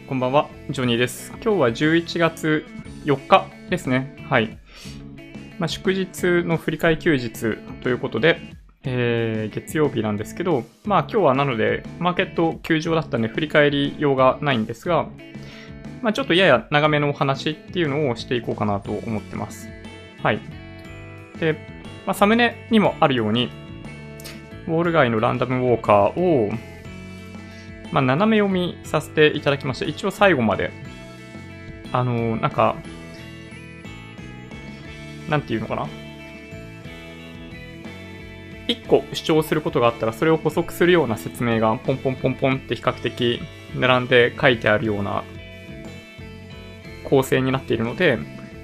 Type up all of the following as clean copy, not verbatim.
こんばんは、ジョニーです。今日は11月4日ですね。はい。祝日の振り替え休日ということで、月曜日なんですけど、今日はなので、マーケット休場だったんで振り返りようがないんですが、ちょっとやや長めのお話っていうのをしていこうかなと思ってます。はい。で、サムネにもあるように、ウォール街のランダムウォーカーを、斜め読みさせていただきました。一応最後まで。なんていうのかな。一個主張することがあったら、それを補足するような説明がポンポンポンポンって比較的並んで書いてあるような構成になっているので、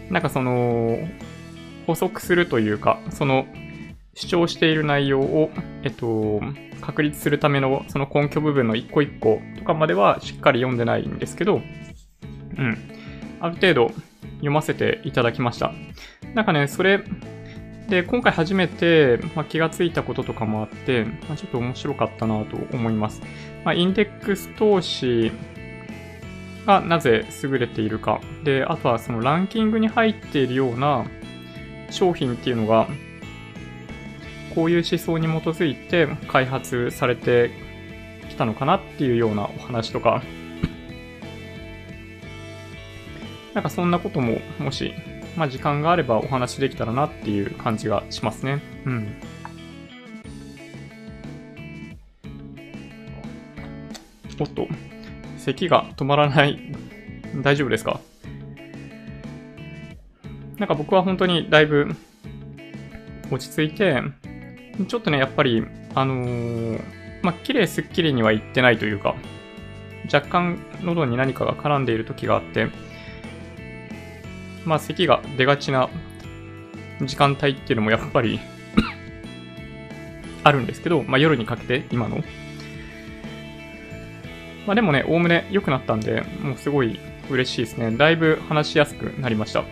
補足するというか、その主張している内容を、確立するためのその根拠部分の一個一個とかまではしっかり読んでないんですけど、ある程度読ませていただきました。それで今回初めて、気がついたこととかもあって、ちょっと面白かったなと思います。インデックス投資がなぜ優れているか。で、あとはそのランキングに入っているような商品っていうのが、こういう思想に基づいて開発されてきたのかなっていうようなお話とか、そんなことももし、時間があればお話できたらなっていう感じがしますね。おっと、咳が止まらない。大丈夫ですか？僕は本当にだいぶ落ち着いて、ちょっとね、やっぱり、綺麗すっきりにはいってないというか、若干喉に何かが絡んでいる時があって、咳が出がちな時間帯っていうのもやっぱりあるんですけど、夜にかけて、今の。でもね、おおむね良くなったんで、もうすごい嬉しいですね。だいぶ話しやすくなりました。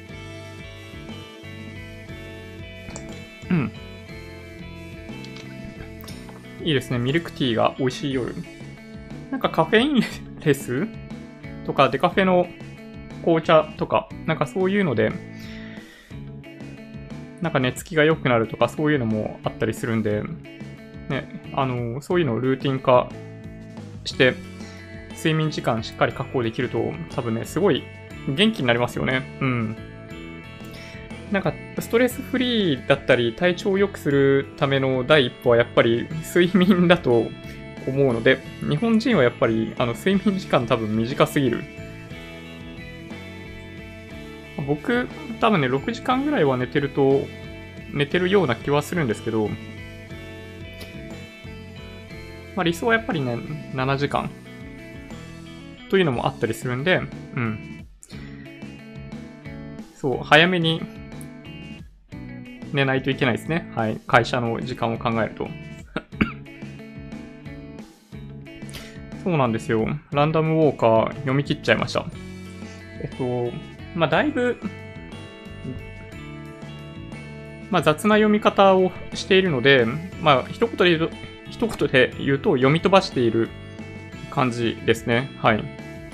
いいですね。ミルクティーが美味しい夜。カフェインレスとかデカフェの紅茶とか、そういうので、寝つきが良くなるとかそういうのもあったりするんで、ね、そういうのをルーティン化して、睡眠時間しっかり確保できると、多分ね、すごい元気になりますよね。ストレスフリーだったり、体調を良くするための第一歩はやっぱり睡眠だと思うので、日本人はやっぱり睡眠時間多分短すぎる。僕、多分ね、6時間ぐらいは寝てるような気はするんですけど、理想はやっぱりね、7時間というのもあったりするんで、そう、早めに寝ないといけないですね。はい。会社の時間を考えると。そうなんですよ。ランダムウォーカー読み切っちゃいました。だいぶ、雑な読み方をしているので、一言で言うと読み飛ばしている感じですね。はい。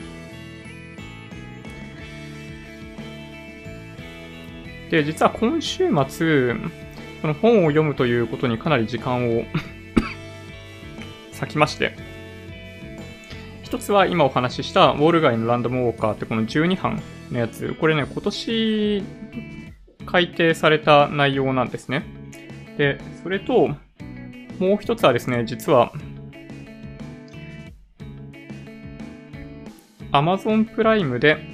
で、実は今週末、その本を読むということにかなり時間を割きまして、一つは今お話ししたウォール街のランダムウォーカーってこの12版のやつ、これね、今年改訂された内容なんですね。で、それと、もう一つはですね、実は、Amazon プライムで、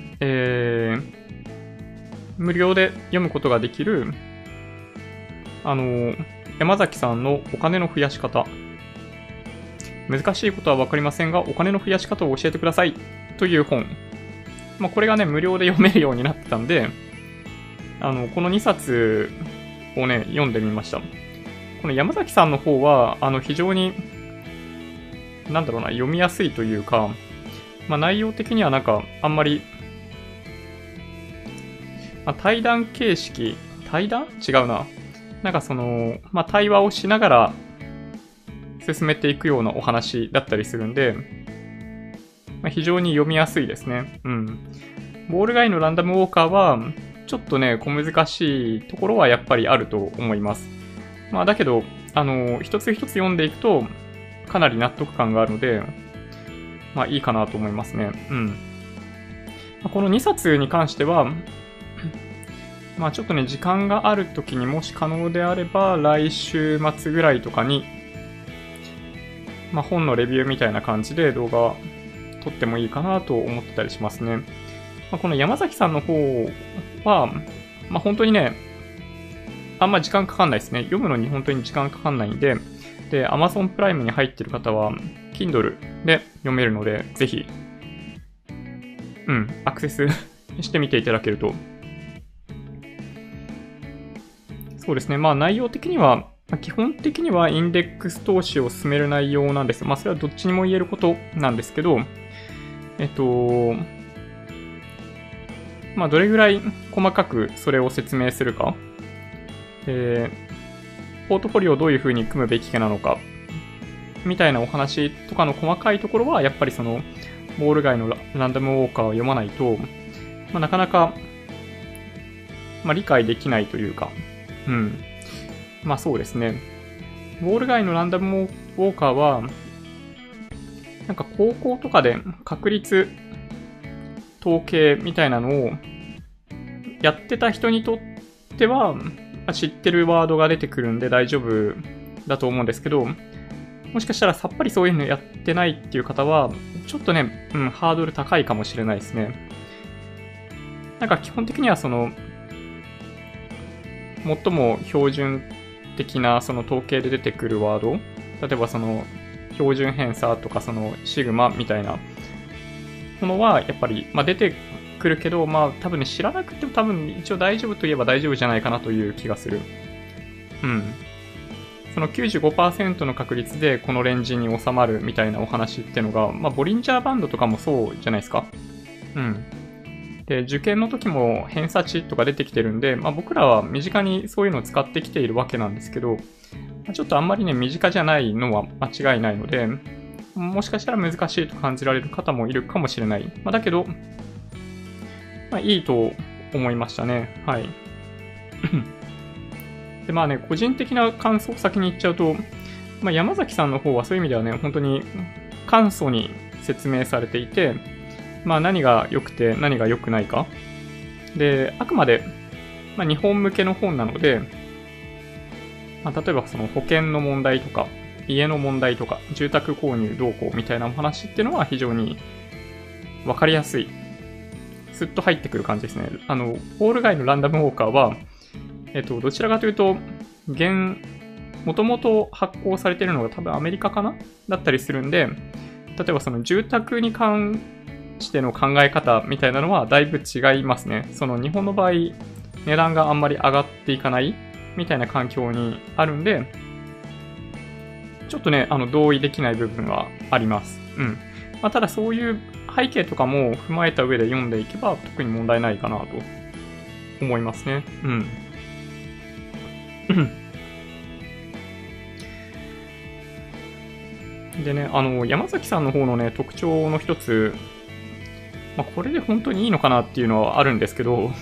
無料で読むことができる、山崎さんのお金の増やし方。難しいことはわかりませんが、お金の増やし方を教えてくださいという本。これがね、無料で読めるようになってたんで、この2冊をね、読んでみました。この山崎さんの方は、非常に、読みやすいというか、内容的にはあんまり、対談形式、対談違うな。対話をしながら進めていくようなお話だったりするんで、 非常に読みやすいですね。うん。ボール街のランダムウォーカーは、ちょっとね、小難しいところはやっぱりあると思います。だけど、一つ一つ読んでいくと、かなり納得感があるので、いいかなと思いますね。うん。この2冊に関しては、ちょっとね、時間があるときにもし可能であれば、来週末ぐらいとかに、本のレビューみたいな感じで動画撮ってもいいかなと思ってたりしますね。この山崎さんの方は、本当にね、あんま時間かかんないですね。読むのに本当に時間かかんないんで、で、Amazon プライムに入ってる方は、Kindle で読めるので、ぜひ、アクセスしてみていただけると。そうですね。内容的には、基本的にはインデックス投資を進める内容なんです。それはどっちにも言えることなんですけど、どれぐらい細かくそれを説明するか、ポートフォリオをどういう風に組むべきかなのか、みたいなお話とかの細かいところは、やっぱりその、ボール街のランダムウォーカーを読まないと、なかなか、理解できないというか、そうですね。ボール街のランダムウォーカーは、なんか高校とかで確率統計みたいなのをやってた人にとっては、知ってるワードが出てくるんで大丈夫だと思うんですけど、もしかしたらさっぱりそういうのやってないっていう方は、ちょっとね、ハードル高いかもしれないですね。なんか基本的にはその、最も標準的なその統計で出てくるワード、例えばその標準偏差とかそのシグマみたいなものはやっぱり出てくるけど、多分ね、知らなくても多分一応大丈夫といえば大丈夫じゃないかなという気がする。その 95% の確率でこのレンジに収まるみたいなお話っていうのが、ボリンジャーバンドとかもそうじゃないですか。で、受験の時も偏差値とか出てきてるんで、僕らは身近にそういうのを使ってきているわけなんですけど、ちょっとあんまりね、身近じゃないのは間違いないので、もしかしたら難しいと感じられる方もいるかもしれない。だけど、いいと思いましたね。はい。で、個人的な感想を先に言っちゃうと、山崎さんの方はそういう意味ではね、本当に簡素に説明されていて、何が良くて何が良くないか。で、あくまで、日本向けの本なので、例えばその保険の問題とか、家の問題とか、住宅購入どうこうみたいなお話っていうのは非常にわかりやすい。スッと入ってくる感じですね。ボール街のランダムウォーカーは、どちらかというと、もともと発行されているのが多分アメリカかなだったりするんで、例えばその住宅に関しての考え方みたいなのはだいぶ違いますね。その日本の場合、値段があんまり上がっていかないみたいな環境にあるんで、ちょっとね、同意できない部分はあります。ただそういう背景とかも踏まえた上で読んでいけば特に問題ないかなと思いますね。でね、山崎さんの方のね、特徴の一つ、これで本当にいいのかなっていうのはあるんですけど、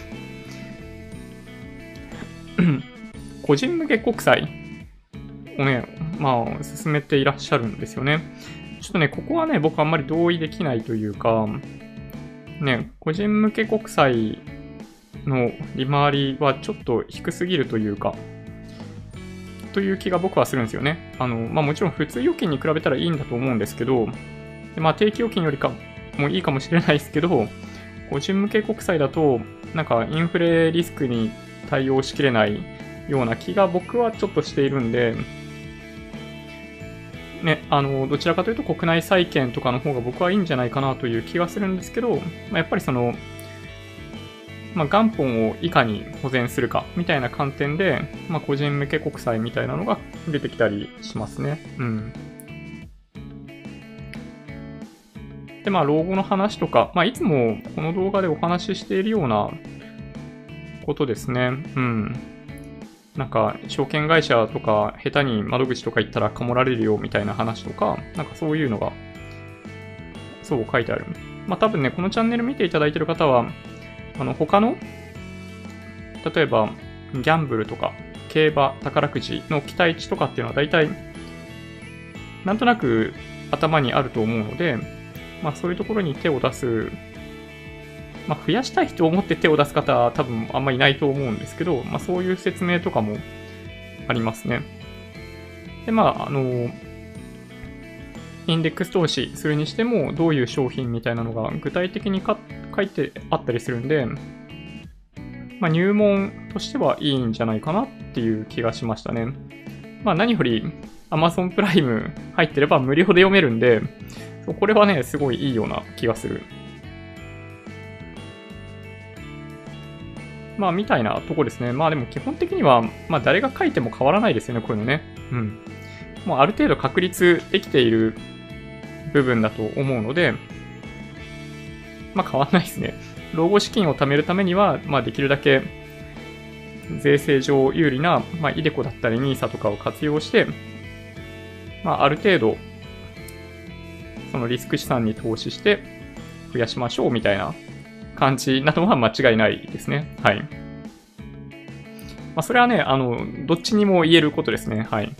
個人向け国債をね、進めていらっしゃるんですよね。ちょっとね、ここはね、僕あんまり同意できないというか、ね、個人向け国債の利回りはちょっと低すぎるというか、という気が僕はするんですよね。もちろん普通預金に比べたらいいんだと思うんですけど、定期預金よりかもいいかもしれないですけど、個人向け国債だと、なんかインフレリスクに対応しきれないような気が僕はちょっとしているんで、ね、どちらかというと国内債券とかの方が僕はいいんじゃないかなという気がするんですけど、やっぱりその、元本をいかに保全するかみたいな観点で、個人向け国債みたいなのが出てきたりしますね。で、老後の話とか、いつもこの動画でお話ししているようなことですね。なんか、証券会社とか、下手に窓口とか行ったらかもられるよみたいな話とか、なんかそういうのが、 そう書いてある。まあ多分ね、このチャンネル見ていただいている方は、他の、例えば、ギャンブルとか、競馬、宝くじの期待値とかっていうのは大体、なんとなく頭にあると思うので、まあそういうところに手を出す、まあ増やしたいと思って手を出す方は多分あんまりいないと思うんですけど、まあそういう説明とかもありますね。で、まあインデックス投資するにしても、どういう商品みたいなのが具体的に書いてあったりするんで、まあ、入門としてはいいんじゃないかなっていう気がしましたね。まあ何より Amazon プライム入ってれば無料で読めるんで、これはね、すごいいいような気がする。まあみたいなとこですね。まあでも基本的には、まあ誰が書いても変わらないですよね、こういうのね。うん。もうある程度確立できている部分だと思うので、まあ変わんないですね。老後資金を貯めるためには、まあできるだけ税制上有利な、まあ、イデコだったり NISA とかを活用して、まあある程度、そのリスク資産に投資して増やしましょうみたいな感じなのは間違いないですね。はい。まあそれはね、どっちにも言えることですね。はい。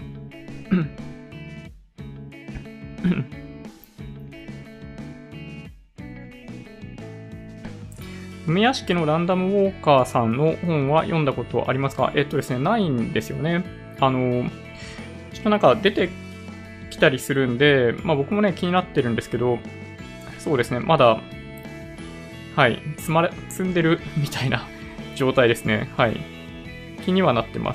梅屋敷のランダムウォーカーさんの本は読んだことありますか？ですね、ないんですよね。ちょっとなんか出てきたりするんで、まあ僕もね、気になってるんですけど、そうですね、まだ、はい、積んでるみたいな状態ですね。はい。気にはなってます。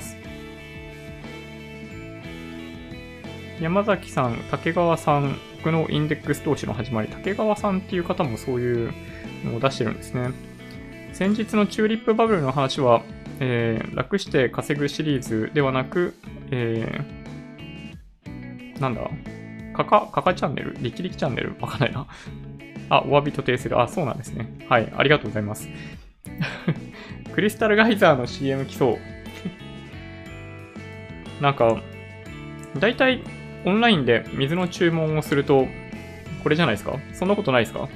山崎さん、竹川さん、僕のインデックス投資の始まり、竹川さんっていう方もそういうのを出してるんですね。先日のチューリップバブルの話は、楽して稼ぐシリーズではなく、なんだカカチャンネルリキリキチャンネルわかんないな。あ、お詫びと訂正で、あ、そうなんですね。はい、ありがとうございます。クリスタルガイザーの CM 来そう。なんか、だいたいオンラインで水の注文をすると、これじゃないですか？そんなことないですか？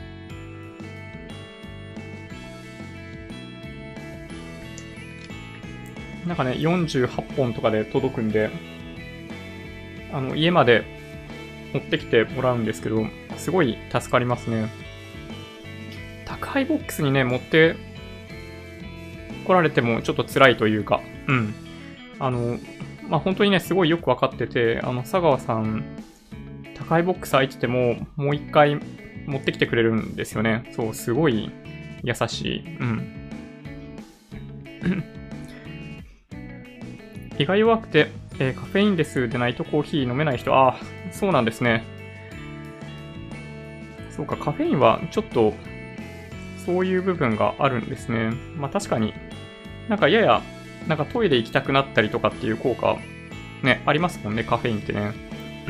なんかね、48本とかで届くんで、家まで持ってきてもらうんですけど、すごい助かりますね。宅配ボックスにね、持って来られてもちょっと辛いというか、うん。まあ、本当にね、すごいよくわかってて、佐川さん、宅配ボックス空いてても、もう一回持ってきてくれるんですよね。そう、すごい優しい。うん。胃が弱くて、カフェインレスでないとコーヒー飲めない人、ああ、そうなんですね。そうか、カフェインはちょっと、そういう部分があるんですね。まあ確かに、なんかやや、なんかトイレ行きたくなったりとかっていう効果、ね、ありますもんね、カフェインってね。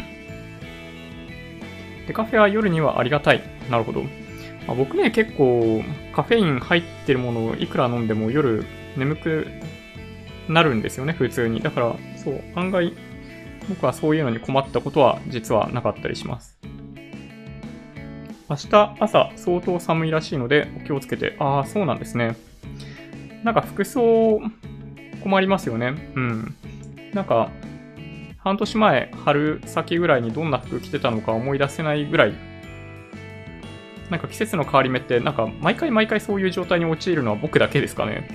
で、カフェは夜にはありがたい。なるほど。まあ、僕ね、結構、カフェイン入ってるものをいくら飲んでも夜眠くなるんですよね、普通に。だから、そう、案外、僕はそういうのに困ったことは実はなかったりします。明日朝相当寒いらしいのでお気をつけて。ああ、そうなんですね。なんか服装困りますよね。うん。なんか、半年前、春先ぐらいにどんな服着てたのか思い出せないぐらい、なんか季節の変わり目って、なんか毎回そういう状態に陥るのは僕だけですかね。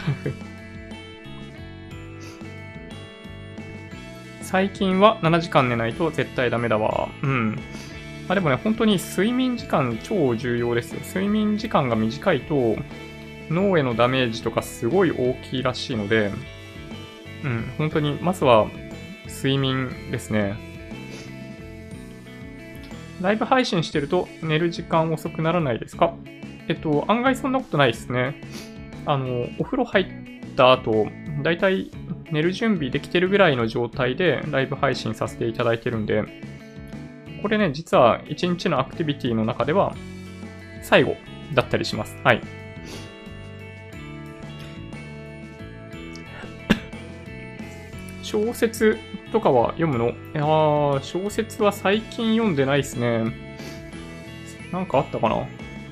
最近は7時間寝ないと絶対ダメだわ。うん。まあでもね、本当に睡眠時間超重要ですよ。睡眠時間が短いと、脳へのダメージとかすごい大きいらしいので、うん、本当に、まずは睡眠ですね。ライブ配信してると寝る時間遅くならないですか？案外そんなことないですね。お風呂入った後、だいたい寝る準備できてるぐらいの状態でライブ配信させていただいてるんで、これね、実は一日のアクティビティの中では最後だったりします。はい。小説とかは読むの？小説は最近読んでないですね。 なんかあったかな。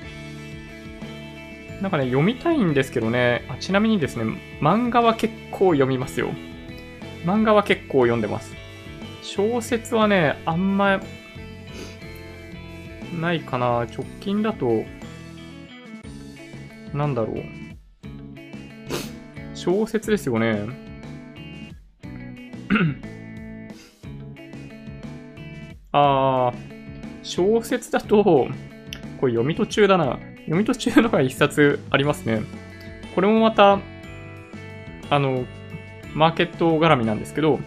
なんかね、読みたいんですけどね。ちなみにですね、漫画は結構読みますよ。漫画は結構読んでます。小説はね、あんま、ないかな。直近だと、なんだろう。小説ですよね。小説だと、これ読み途中だな。読み途中のが一冊ありますね。これもまた、マーケット絡みなんですけど、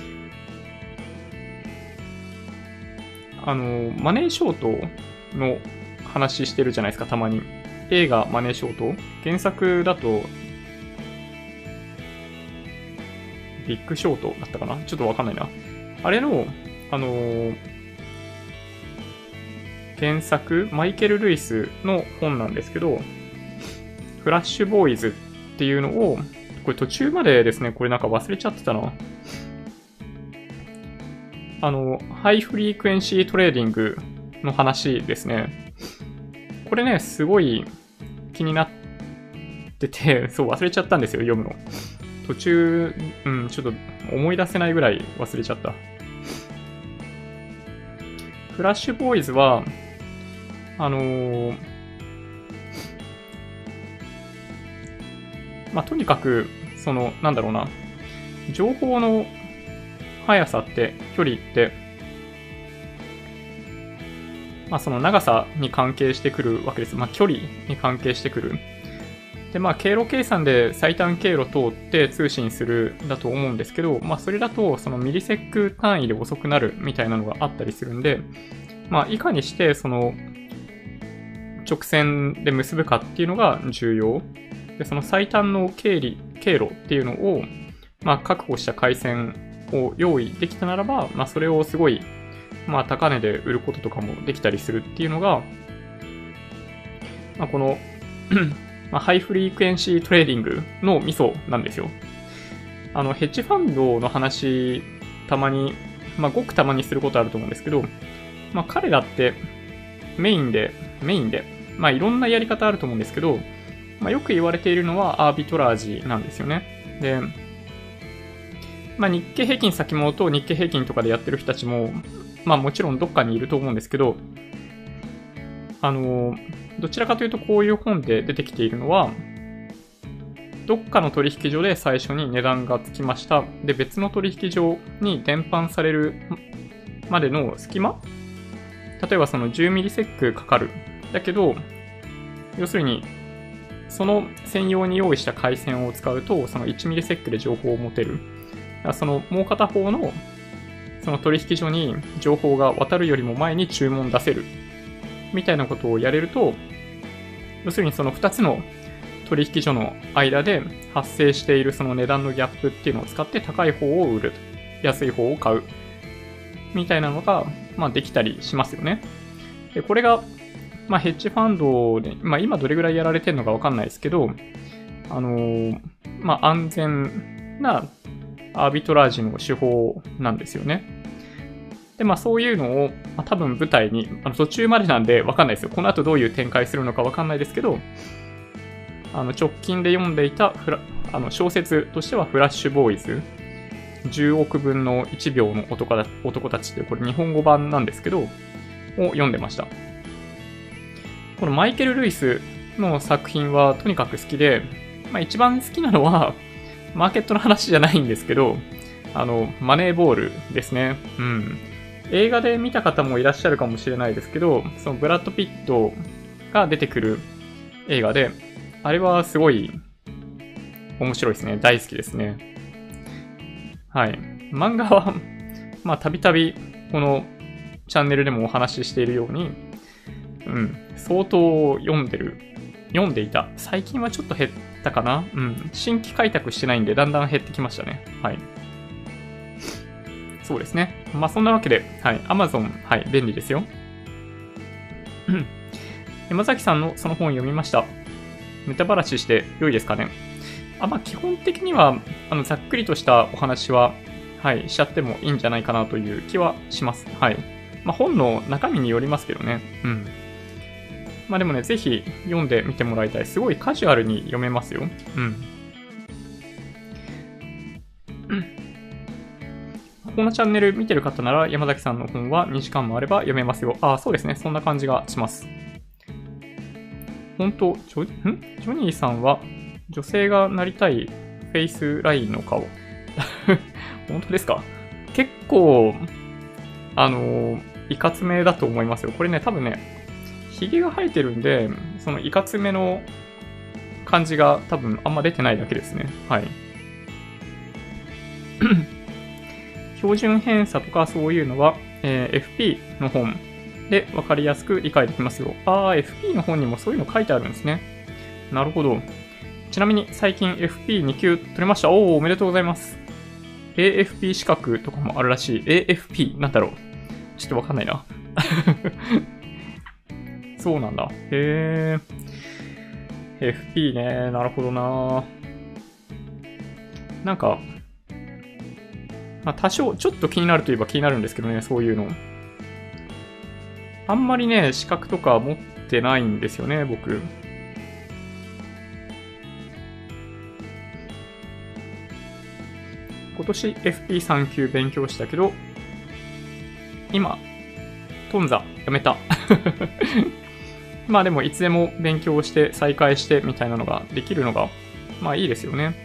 マネーショートの話してるじゃないですか、たまに。映画マネーショート。原作だと、ビッグショートだったかな、ちょっとわかんないな。あれの、原作、マイケル・ルイスの本なんですけど、フラッシュボーイズっていうのを、これ途中までですね、これなんか忘れちゃってたな。ハイフリークエンシートレーディングの話ですね。これね、すごい気になってて、そう忘れちゃったんですよ、読むの。途中、ちょっと思い出せないぐらい忘れちゃった。フラッシュボーイズは、とにかく、なんだろうな、情報の速さって、距離って、その長さに関係してくるわけです。距離に関係してくる。で、経路計算で最短経路通って通信するだと思うんですけど、それだと、そのミリセック単位で遅くなるみたいなのがあったりするんで、いかにして、直線で結ぶかっていうのが重要。で、その最短の経路っていうのを、確保した回線を用意できたならば、それをすごい、高値で売ることとかもできたりするっていうのが、このハイフリークエンシートレーディングのミソなんですよ。ヘッジファンドの話、たまに、ごくたまにすることあると思うんですけど、彼らってメインで、いろんなやり方あると思うんですけど、よく言われているのはアービトラージなんですよね。で、日経平均先物と日経平均とかでやってる人たちも、もちろんどっかにいると思うんですけど、どちらかというとこういう本で出てきているのは、どっかの取引所で最初に値段がつきました。で、別の取引所に伝播されるまでの隙間、例えばその10ミリセックかかる。だけど、要するに、その専用に用意した回線を使うと、その1ミリセックで情報を持てる。そのもう片方のその取引所に情報が渡るよりも前に注文出せる。みたいなことをやれると、要するにその2つの取引所の間で発生しているその値段のギャップっていうのを使って高い方を売る。安い方を買う。みたいなのが、できたりしますよね。で、これが、ヘッジファンドで、今どれぐらいやられてるのかわかんないですけど、安全なアービトラージの手法なんですよね。で、そういうのを、多分舞台に、途中までなんでわかんないですよ。この後どういう展開するのかわかんないですけど、直近で読んでいた小説としてはフラッシュボーイズ、10億分の1秒の男たちって、これ日本語版なんですけど、を読んでました。このマイケル・ルイスの作品はとにかく好きで、一番好きなのは、マーケットの話じゃないんですけど、マネーボールですね。映画で見た方もいらっしゃるかもしれないですけど、そのブラッド・ピットが出てくる映画で、あれはすごい面白いですね。大好きですね。はい。漫画は、たびたびこのチャンネルでもお話ししているように、相当読んでいた。最近はちょっと減ったかな。新規開拓してないんで、だんだん減ってきましたね。はい。そうですね。そんなわけで、はい。Amazon、はい。便利ですよ。山崎さんのその本読みました。ネタばらしして良いですかね。基本的には、ざっくりとしたお話は、はい、しちゃってもいいんじゃないかなという気はします。はい。本の中身によりますけどね。 まあでもね、ぜひ読んでみてもらいたい。すごいカジュアルに読めますよ。うん。このチャンネル見てる方なら山崎さんの本は2時間もあれば読めますよ。ああ、そうですね。そんな感じがします。本当、ジョニーさんは女性がなりたいフェイスラインの顔。本当ですか？結構、いかつめだと思いますよ。これね、多分ね、髭が生えてるんで、そのいかつめの感じが多分あんま出てないだけですね。はい。標準偏差とかそういうのは、FP の本で分かりやすく理解できますよ。FP の本にもそういうの書いてあるんですね。なるほど。ちなみに最近 FP2 級取れました。おめでとうございます。AFP 資格とかもあるらしい。AFP なんだろう。ちょっとわかんないな。そうなんだ。へー。FP ね。なるほどな。なんか、まあ、多少、ちょっと気になるといえば気になるんですけどね、そういうの。あんまりね、資格とか持ってないんですよね、僕。今年 FP3 級勉強したけど、今、トンザやめた。まあでもいつでも勉強して再開してみたいなのができるのが、まあいいですよね。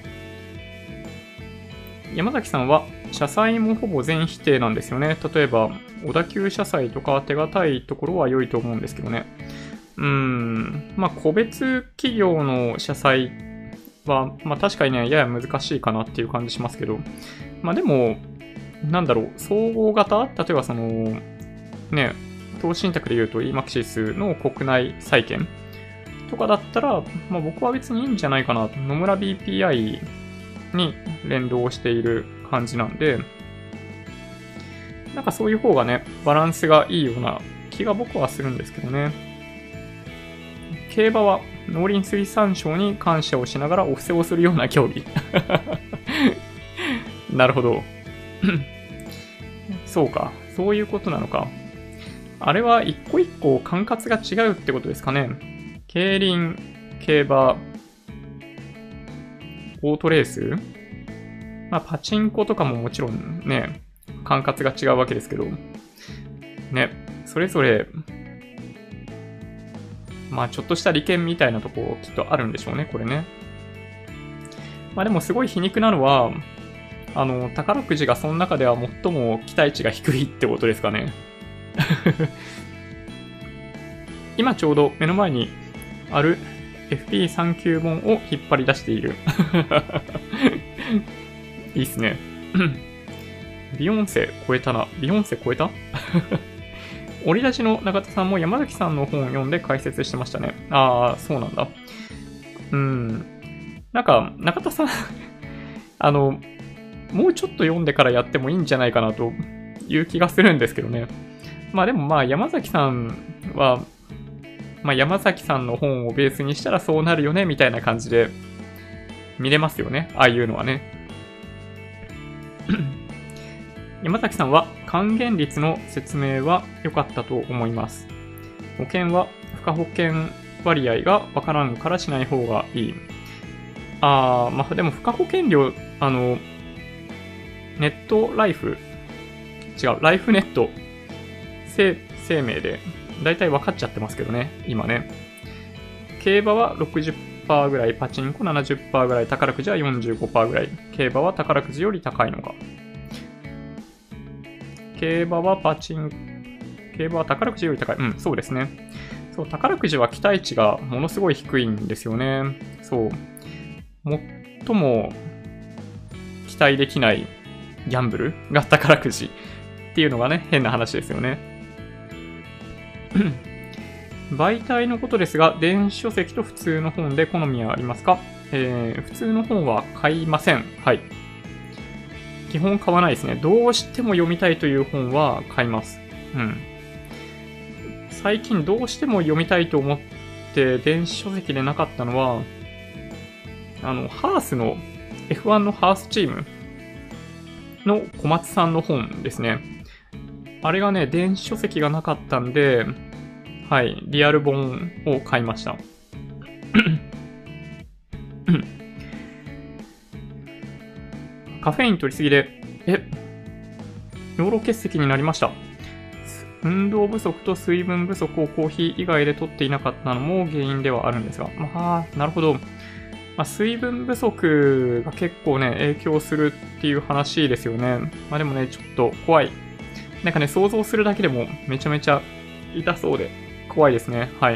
山崎さんは社債もほぼ全否定なんですよね。例えば、小田急社債とか手堅いところは良いと思うんですけどね。まあ個別企業の社債は、まあ確かにね、やや難しいかなっていう感じしますけど、まあでも、なんだろう、総合型例えばその、ね、投資信託で言うと EMAXIS の国内債券とかだったら、まあ僕は別にいいんじゃないかなと。野村 BPI に連動している感じなんで、なんかそういう方がね、バランスがいいような気が僕はするんですけどね。競馬は農林水産省に感謝をしながらお布施をするような競技。なるほど。そうか。そういうことなのか。あれは一個一個管轄が違うってことですかね。競輪、競馬、オートレース、まあパチンコとかももちろんね、管轄が違うわけですけど、ね、それぞれ、まあちょっとした利権みたいなとこきっとあるんでしょうね、これね。まあでもすごい皮肉なのは、宝くじがその中では最も期待値が低いってことですかね。今ちょうど目の前にある FP3 級本を引っ張り出している。いいっすね。ビヨンセ超えたな。ビヨンセ超えた折り出しの中田さんも山崎さんの本を読んで解説してましたね。そうなんだ。なんか、中田さんもうちょっと読んでからやってもいいんじゃないかなという気がするんですけどね。まあでもまあ山崎さんは、まあ山崎さんの本をベースにしたらそうなるよねみたいな感じで見れますよね。ああいうのはね。山崎さんは還元率の説明は良かったと思います。保険は付加保険割合がわからんからしない方がいい。まあでも付加保険料、ネットライフ、ライフネット生命でだいたい分かっちゃってますけどね、今ね。競馬は 60% ぐらい、パチンコ 70% ぐらい、宝くじは 45% ぐらい。競馬は宝くじより高いのか。競馬は宝くじより高い。そうですね。そう、宝くじは期待値がものすごい低いんですよね。そう。最も期待できないギャンブルが宝くじっていうのがね、変な話ですよね。媒体のことですが、電子書籍と普通の本で好みはありますか？普通の本は買いません。はい。基本買わないですね。どうしても読みたいという本は買います。最近どうしても読みたいと思って電子書籍でなかったのは、ハースの F1 のハースチームの小松さんの本ですね。あれがね、電子書籍がなかったんで、 はい、リアル本を買いました。カフェイン取りすぎで、尿路結石になりました。運動不足と水分不足をコーヒー以外で取っていなかったのも原因ではあるんですが。なるほど。水分不足が結構ね、影響するっていう話ですよね。でもね、ちょっと怖い。なんかね、想像するだけでもめちゃめちゃ痛そうで怖いですね。はい。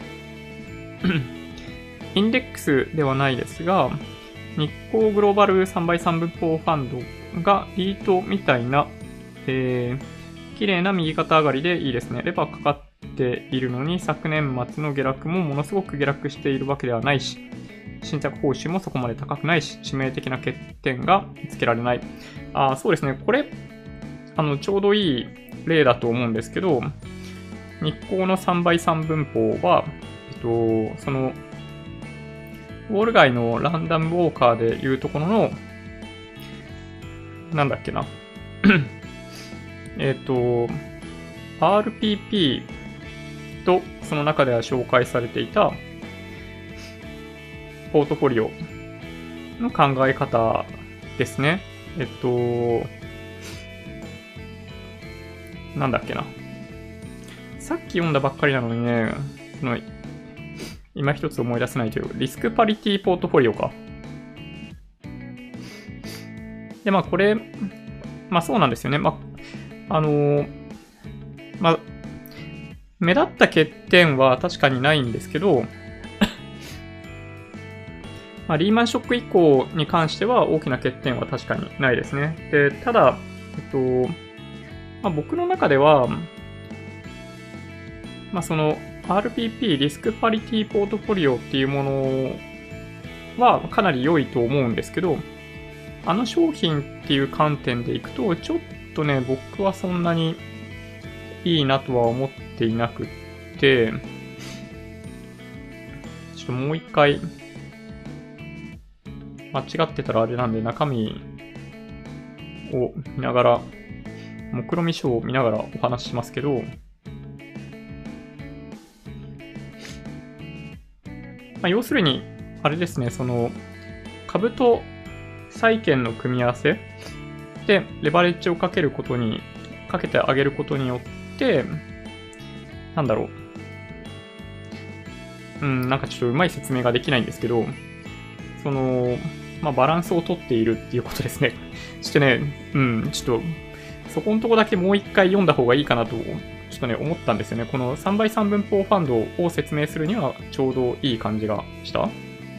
インデックスではないですが、日光グローバル3倍3分法ファンドがリートみたいな、綺麗な右肩上がりでいいですね。レバーかかっているのに昨年末の下落もものすごく下落しているわけではないし、新着報酬もそこまで高くないし、致命的な欠点が見つけられない。そうですね。これ、ちょうどいい例だと思うんですけど、日光の3倍3分法は、その、ウォール街のランダムウォーカーでいうところの、なんだっけな。RPP とその中では紹介されていたポートフォリオの考え方ですね。なんだっけな。さっき読んだばっかりなのにね、今一つ思い出せないという、リスクパリティポートフォリオか。で、これ、そうなんですよね。目立った欠点は確かにないんですけど、リーマンショック以降に関しては大きな欠点は確かにないですね。で、ただ、僕の中では、その RPP リスクパリティポートフォリオっていうものはかなり良いと思うんですけど、あの商品っていう観点でいくと、ちょっとね、僕はそんなにいいなとは思っていなくって、ちょっともう一回、間違ってたらあれなんで中身を見ながら、目論見書を見ながらお話ししますけど、要するに、あれですね、その、株と債券の組み合わせで、レバレッジをかけてあげることによって、なんだろう。なんかちょっとうまい説明ができないんですけど、その、バランスをとっているっていうことですね。ちょっとね、ちょっと、そこのとこだけもう一回読んだ方がいいかなと、ちょっとね、思ったんですよね。この3倍3分法ファンドを説明するにはちょうどいい感じがした。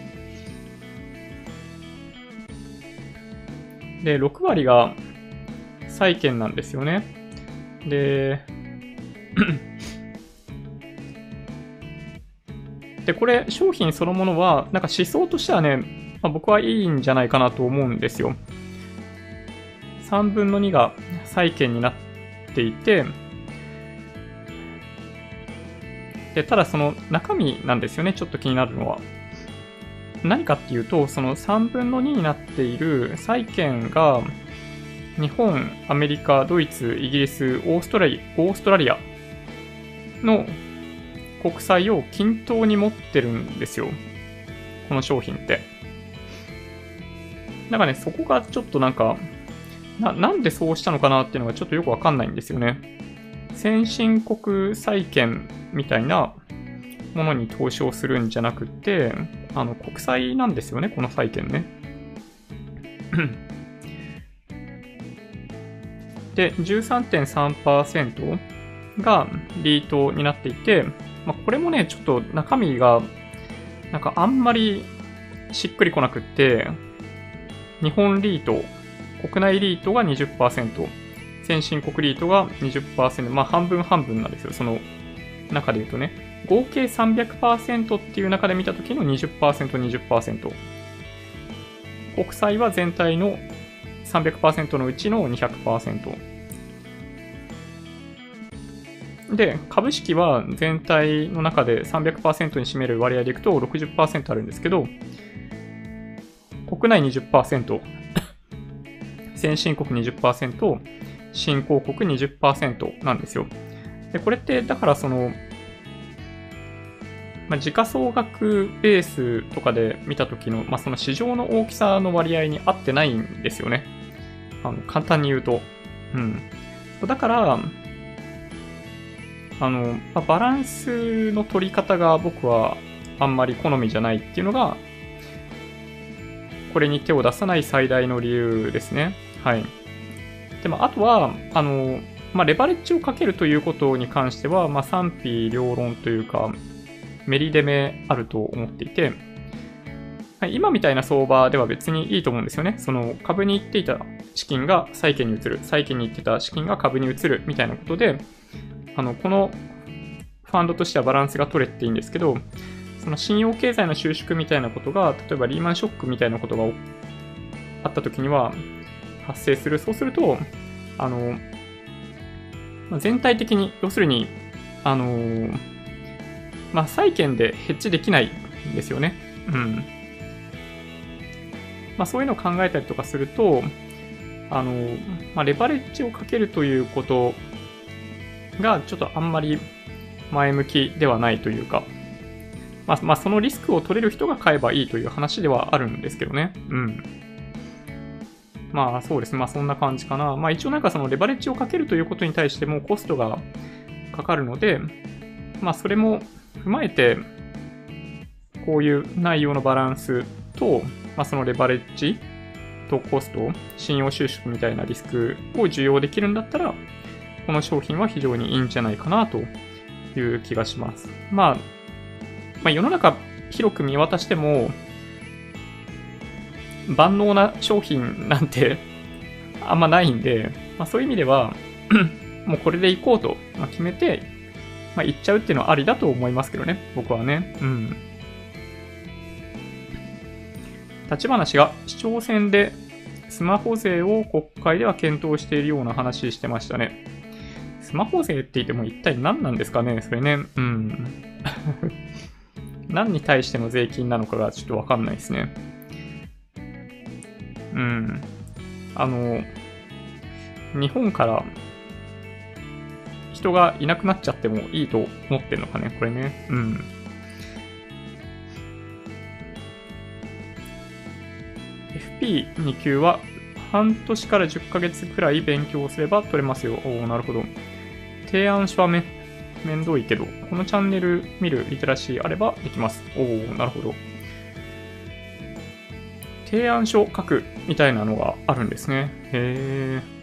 で、6割が債券なんですよね。で、これ、商品そのものは、なんか思想としてはね、僕はいいんじゃないかなと思うんですよ。3分の2が債券になっていて、で、ただその中身なんですよね、ちょっと気になるのは。何かっていうと、その3分の2になっている債券が、日本、アメリカ、ドイツ、イギリス、オーストラリアの国債を均等に持ってるんですよ。この商品って。なんかね、そこがちょっとなんでそうしたのかなっていうのがちょっとよくわかんないんですよね。先進国債券みたいなものに投資をするんじゃなくて、国債なんですよね、この債券ね。で、13.3% がリートになっていて、これもね、ちょっと中身が、あんまりしっくりこなくって、日本リート、国内リートが 20%、先進国リートが 20%、半分半分なんですよ、その中で言うとね。合計 300% っていう中で見たときの 20%、20%。国債は全体の 300% のうちの 200%。で、株式は全体の中で 300% に占める割合でいくと 60% あるんですけど、国内 20%、先進国 20%、新興国 20% なんですよ。で、これって、だからその、 時価総額ベースとかで見たときの、その市場の大きさの割合に合ってないんですよね。簡単に言うと。だから、バランスの取り方が僕はあんまり好みじゃないっていうのが、これに手を出さない最大の理由ですね。はい。でも、あとは、レバレッジをかけるということに関しては、賛否両論というか、メリデメあると思っていて、今みたいな相場では別にいいと思うんですよね。その株に行っていた資金が債券に移る、債券に行ってた資金が株に移るみたいなことで、このファンドとしてはバランスが取れていいんですけど、その信用経済の収縮みたいなことが、例えばリーマンショックみたいなことがあった時には発生する。そうすると、全体的に、要するに、債券でヘッジできないんですよね。そういうのを考えたりとかすると、レバレッジをかけるということがちょっとあんまり前向きではないというか、そのリスクを取れる人が買えばいいという話ではあるんですけどね。そうですね。そんな感じかな。一応そのレバレッジをかけるということに対してもコストがかかるので、それも踏まえて、こういう内容のバランスと、そのレバレッジとコスト、信用収縮みたいなリスクを受容できるんだったら、この商品は非常にいいんじゃないかなという気がします。世の中広く見渡しても、万能な商品なんてあんまないんで、そういう意味では、もうこれでいこうと決めて、行っちゃうっていうのはありだと思いますけどね、僕はね。立花氏が市長選でスマホ税を国会では検討しているような話してましたね。スマホ税って言っても一体何なんですかね、それね。何に対しての税金なのかがちょっとわかんないですね。日本から人がいなくなっちゃってもいいと思ってんのかね、これね。FP2 級は半年から10ヶ月くらい勉強すれば取れますよ。なるほど。提案書はめんどいけど、このチャンネル見るリテラシーあればできます。なるほど。提案書書くみたいなのがあるんですね。へー。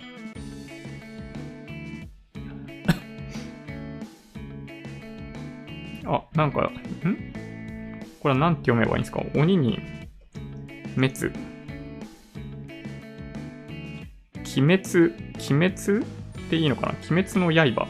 これは何て読めばいいんですか？鬼に滅。鬼滅っていいのかな？鬼滅の刃。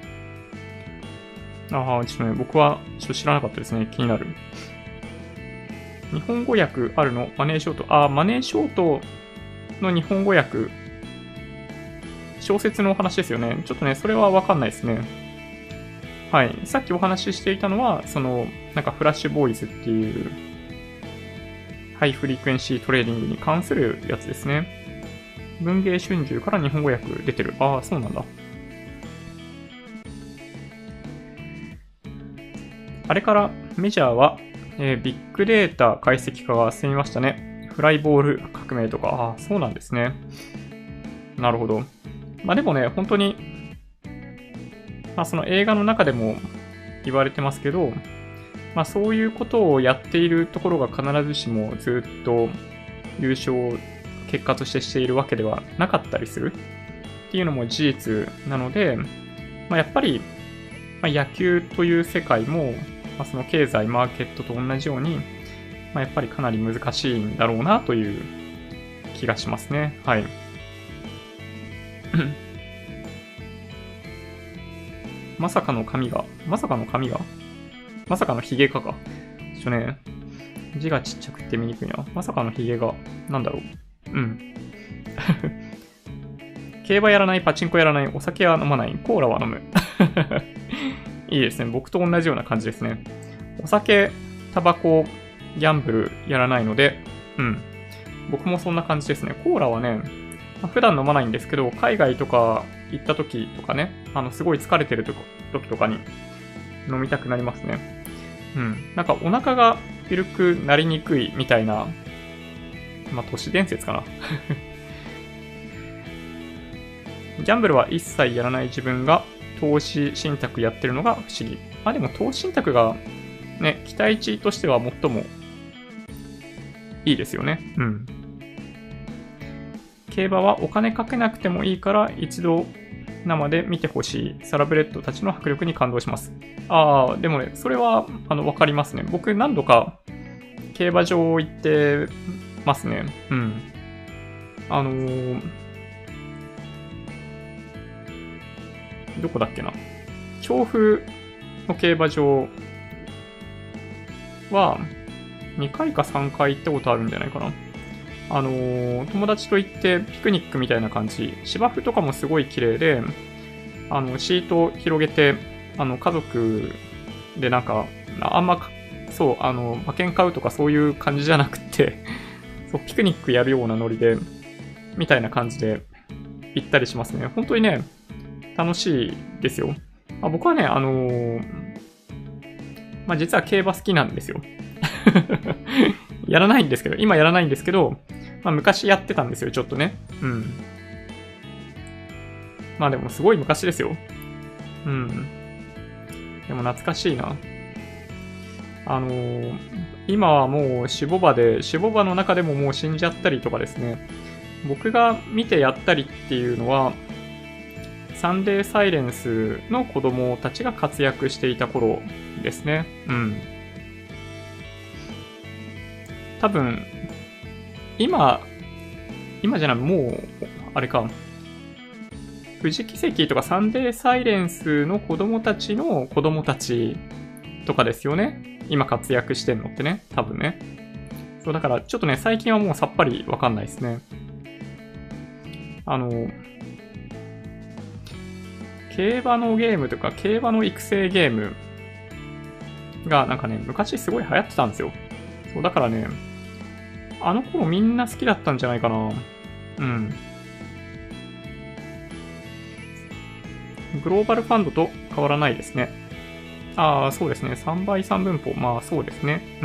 ちょっとね、僕はちょっと知らなかったですね。気になる。日本語訳あるの？マネーショート。マネーショートの日本語訳。小説のお話ですよね。ちょっとね、それはわかんないですね。はい。さっきお話ししていたのは、フラッシュボーイズっていう、ハイフリクエンシートレーディングに関するやつですね。文藝春秋から日本語訳出てる。そうなんだ。あれからメジャーは、ビッグデータ解析化が進みましたね。フライボール革命とか。そうなんですね。なるほど。でもね、本当に、その映画の中でも言われてますけど、そういうことをやっているところが必ずしもずっと優勝を結果としてしているわけではなかったりするっていうのも事実なので、やっぱり、野球という世界も、その経済、マーケットと同じように、やっぱりかなり難しいんだろうなという気がしますね。はい。まさかのヒゲか。字がちっちゃくて見にくいな。まさかのヒゲが、なんだろう。競馬やらない、パチンコやらない、お酒は飲まない、コーラは飲む。いいですね。僕と同じような感じですね。お酒、タバコ、ギャンブルやらないので、僕もそんな感じですね。コーラはね、普段飲まないんですけど、海外とか行った時とかね、すごい疲れてる時とかに飲みたくなりますね。 うん。なんかお腹が緩くなりにくいみたいな、まあ、都市伝説かな。ギャンブルは一切やらない自分が投資信託やってるのが不思議。まあでも投資信託がね、期待値としては最もいいですよね。うん。競馬はお金かけなくてもいいから一度生で見てほしい。サラブレッドたちの迫力に感動します。ああ、でもね、それはわかりますね。僕何度か競馬場行ってますね。うん。どこだっけな。調布の競馬場は2回か3回行ったことあるんじゃないかな。友達と行ってピクニックみたいな感じ。芝生とかもすごい綺麗で、シート広げて、家族でなんか、あんま、そう、馬券買うとかそういう感じじゃなくて、そう、ピクニックやるようなノリで、みたいな感じで行ったりしますね。本当にね、楽しいですよ。僕はね、まあ、実は競馬好きなんですよ。やらないんですけど、今やらないんですけど、まあ、昔やってたんですよ、ちょっとね。うん。まあでもすごい昔ですよ。うん。でも懐かしいな。今はもうシボバで、シボバの中でももう死んじゃったりとかですね。僕が見てやったりっていうのは、サンデーサイレンスの子供たちが活躍していた頃ですね。うん。多分、今じゃない、もう、あれか。富士奇跡とかサンデーサイレンスの子供たちの子供たちとかですよね。今活躍してんのってね。多分ね。そう、だからちょっとね、最近はもうさっぱりわかんないですね。競馬のゲームとか、競馬の育成ゲームがなんかね、昔すごい流行ってたんですよ。そう、だからね、あの頃みんな好きだったんじゃないかな。うん。グローバルファンドと変わらないですね。ああ、そうですね。3倍3分法。まあそうですね。うん。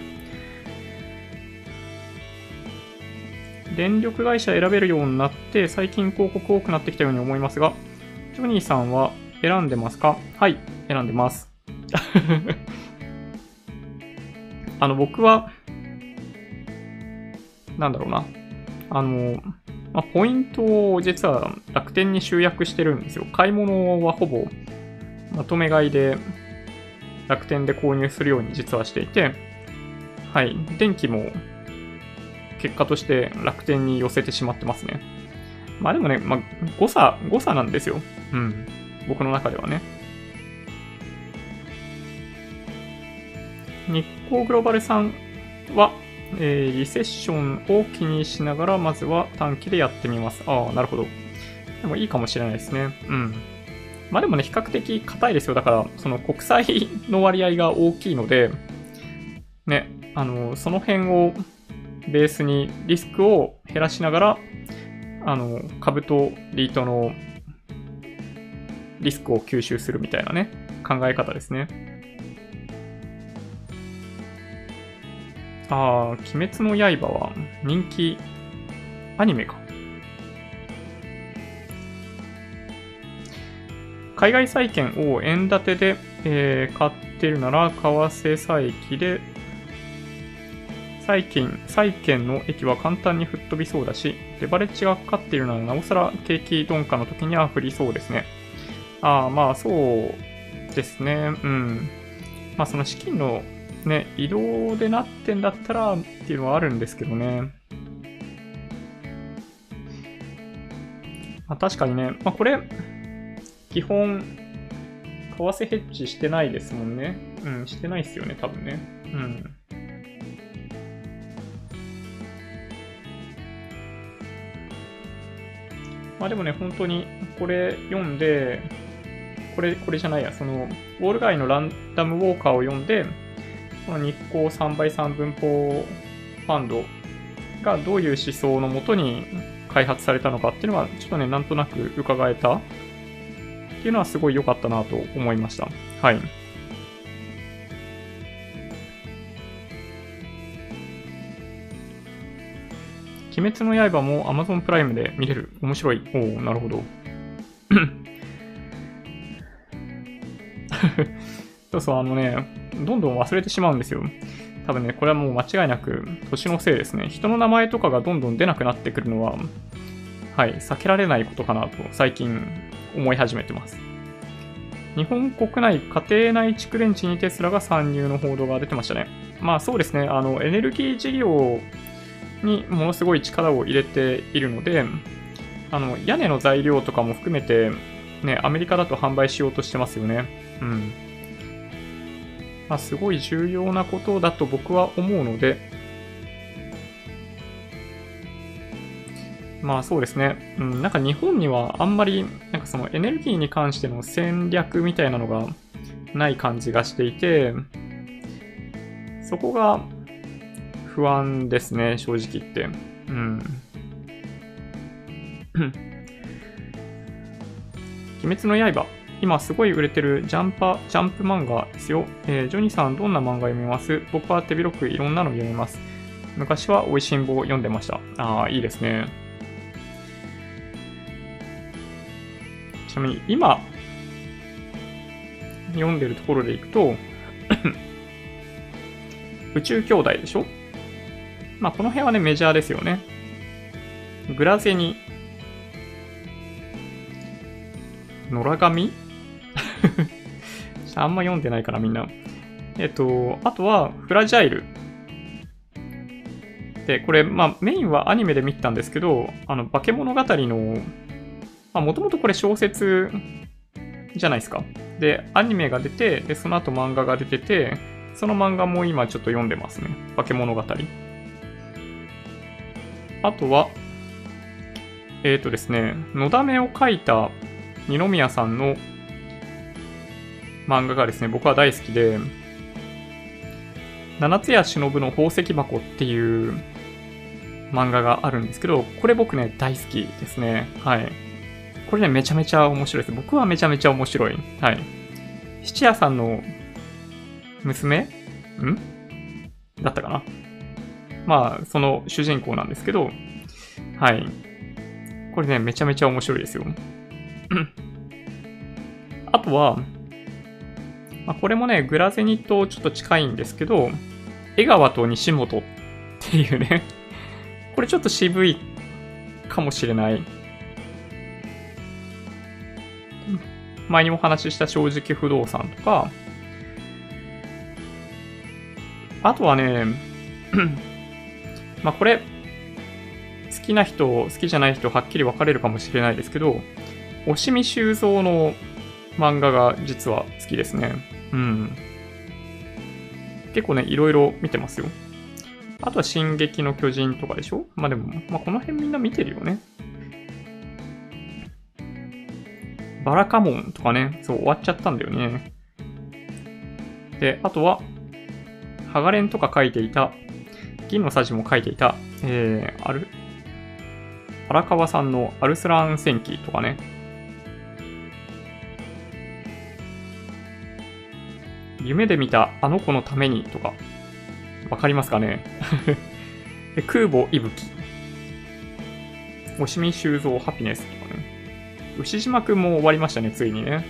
電力会社選べるようになって、最近広告多くなってきたように思いますが、ジョニーさんは選んでますか？はい、選んでます。僕は、なんだろうな。まあ、ポイントを実は楽天に集約してるんですよ。買い物はほぼまとめ買いで楽天で購入するように実はしていて、はい、電気も結果として楽天に寄せてしまってますね。まあでもね、まあ、誤差なんですよ。うん。僕の中ではね。日光グローバルさんは、リセッションを気にしながら、まずは短期でやってみます。ああ、なるほど。でもいいかもしれないですね。うん。まあでもね、比較的硬いですよ。だから、その国債の割合が大きいので、ね、その辺をベースにリスクを減らしながら、株とリートのリスクを吸収するみたいなね、考え方ですね。鬼滅の刃は人気アニメか。海外債券を円建てで、買ってるなら、為替差益で、債券の益は簡単に吹っ飛びそうだし、レバレッジがかかっているなら、なおさら景気鈍化の時には振りそうですね。まあそうですね。うん。まあその資金のね、移動でなってんだったらっていうのはあるんですけどね。まあ確かにね、まあこれ、基本、為替ヘッジしてないですもんね。うん、してないっすよね、多分ね。うん。まあでもね、本当に、これ読んで、これじゃないや、その、ウォール街のランダムウォーカーを読んで、この日光3倍3分法ファンドがどういう思想のもとに開発されたのかっていうのは、ちょっとね、なんとなく伺えたっていうのはすごい良かったなと思いました。はい。 鬼滅の刃も Amazon プライムで見れる。面白い。おお、なるほど。そうそう、どんどん忘れてしまうんですよ。多分ね、これはもう間違いなく年のせいですね。人の名前とかがどんどん出なくなってくるのは、はい、避けられないことかなと最近思い始めてます。日本国内家庭内蓄電池にテスラが参入の報道が出てましたね。まあそうですね、エネルギー事業にものすごい力を入れているので、屋根の材料とかも含めて、ね、アメリカだと販売しようとしてますよね。うん。まあ、すごい重要なことだと僕は思うので、まあそうですね。うん、なんか日本にはあんまり、なんかそのエネルギーに関しての戦略みたいなのがない感じがしていて、そこが不安ですね、正直言って。うん。鬼滅の刃。今すごい売れてるジャンプ漫画ですよ。ジョニーさんどんな漫画読みます？僕は手広くいろんなの読みます。昔は美味しんぼを読んでました。ああ、いいですね。ちなみに今読んでるところでいくと宇宙兄弟でしょ。まあこの辺はねメジャーですよね。グラゼニ、野良神あんま読んでないからみんな。あとはフラジャイル。で、これ、まあメインはアニメで見たんですけど、化け物語の、まあもともとこれ小説じゃないですか。で、アニメが出て、で、その後漫画が出てて、その漫画も今ちょっと読んでますね。化け物語。あとは、ですね、のだめを書いた二宮さんの漫画がですね、僕は大好きで、七つ屋忍の宝石箱っていう漫画があるんですけど、これ僕ね、大好きですね。はい。これね、めちゃめちゃ面白いです。僕はめちゃめちゃ面白い。はい。七夜さんの娘だったかな。まあ、その主人公なんですけど、はい。これね、めちゃめちゃ面白いですよ。あとは、まあ、これもね、グラゼニとちょっと近いんですけど、江川と西本っていうね、これちょっと渋いかもしれない。前にもお話しした正直不動産とか、あとはね、まあこれ、好きな人、好きじゃない人、はっきり分かれるかもしれないですけど、押見修造の漫画が実は好きですね。うん。結構ね、いろいろ見てますよ。あとは進撃の巨人とかでしょ。まあでも、まあこの辺みんな見てるよね。バラカモンとかね、そう終わっちゃったんだよね。で、あとは、ハガレンとか書いていた、銀のさじも書いていた、荒川さんのアルスラン戦記とかね。夢で見たあの子のためにとか、わかりますかねで空母息吹。押見修造ハピネスとかね。牛島くんも終わりましたね、ついにね。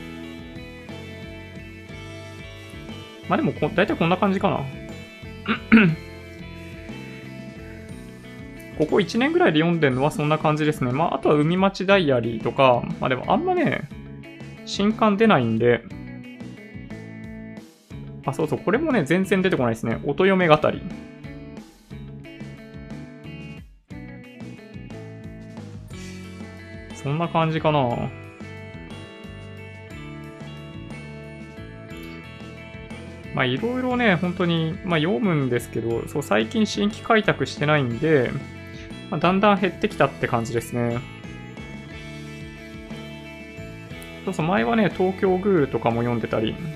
まあでもだいたいこんな感じかな。ここ1年ぐらいで読んでるのはそんな感じですね。まああとは海町ダイアリーとか、まあでもあんまね、新刊出ないんで、あ、そうそう、これもね、全然出てこないですね。音嫁語り。そんな感じかな。まあいろいろね、本当に、まあ読むんですけど、そう、最近新規開拓してないんで、まあ、だんだん減ってきたって感じですね。そうそう、前はね、東京グーとかも読んでたり。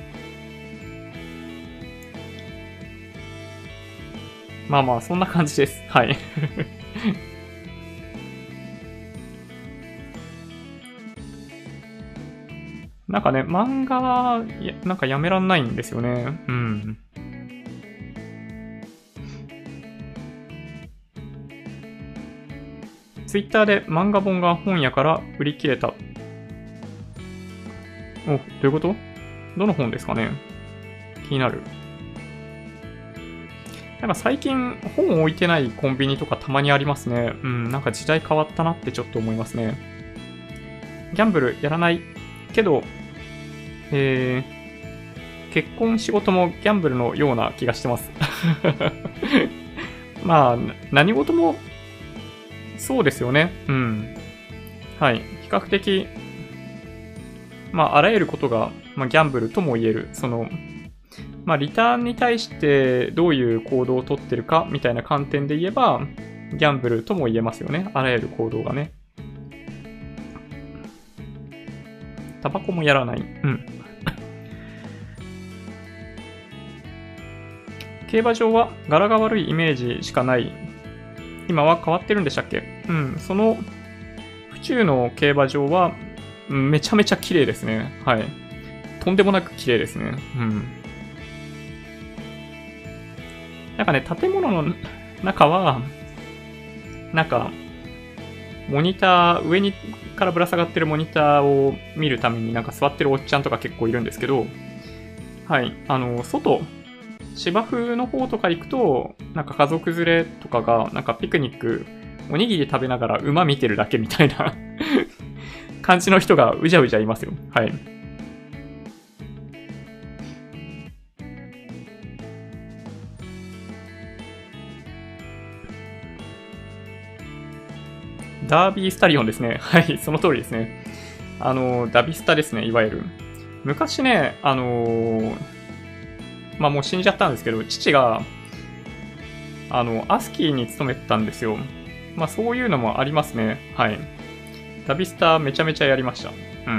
まあまあ、そんな感じです。はい。なんかね、漫画、なんかやめらんないんですよね。うん。 ツイッターで漫画本が本屋から売り切れた。お、どういうこと？どの本ですかね？気になる。なんか最近本置いてないコンビニとかたまにありますね。うん、なんか時代変わったなってちょっと思いますね。ギャンブルやらないけど、結婚仕事もギャンブルのような気がしてます。まあ、何事もそうですよね。うん。はい。比較的、まあ、あらゆることが、まあ、ギャンブルとも言える。まあ、リターンに対してどういう行動をとってるかみたいな観点で言えば、ギャンブルとも言えますよね。あらゆる行動がね。タバコもやらない。うん。競馬場は柄が悪いイメージしかない。今は変わってるんでしたっけ？うん。その、府中の競馬場は、めちゃめちゃ綺麗ですね。はい。とんでもなく綺麗ですね。うん。なんかね、建物の中は、なんか、モニター、上にからぶら下がってるモニターを見るためになんか座ってるおっちゃんとか結構いるんですけど、はい。外、芝生の方とか行くと、なんか家族連れとかが、なんかピクニック、おにぎり食べながら馬見てるだけみたいな感じの人がうじゃうじゃいますよ。はい。ダービースタリオンですね。はい、その通りですね。ダビスタですね、いわゆる。昔ね、まあもう死んじゃったんですけど、父が、アスキーに勤めてたんですよ。まあそういうのもありますね。はい。ダビスタめちゃめちゃやりました。うん。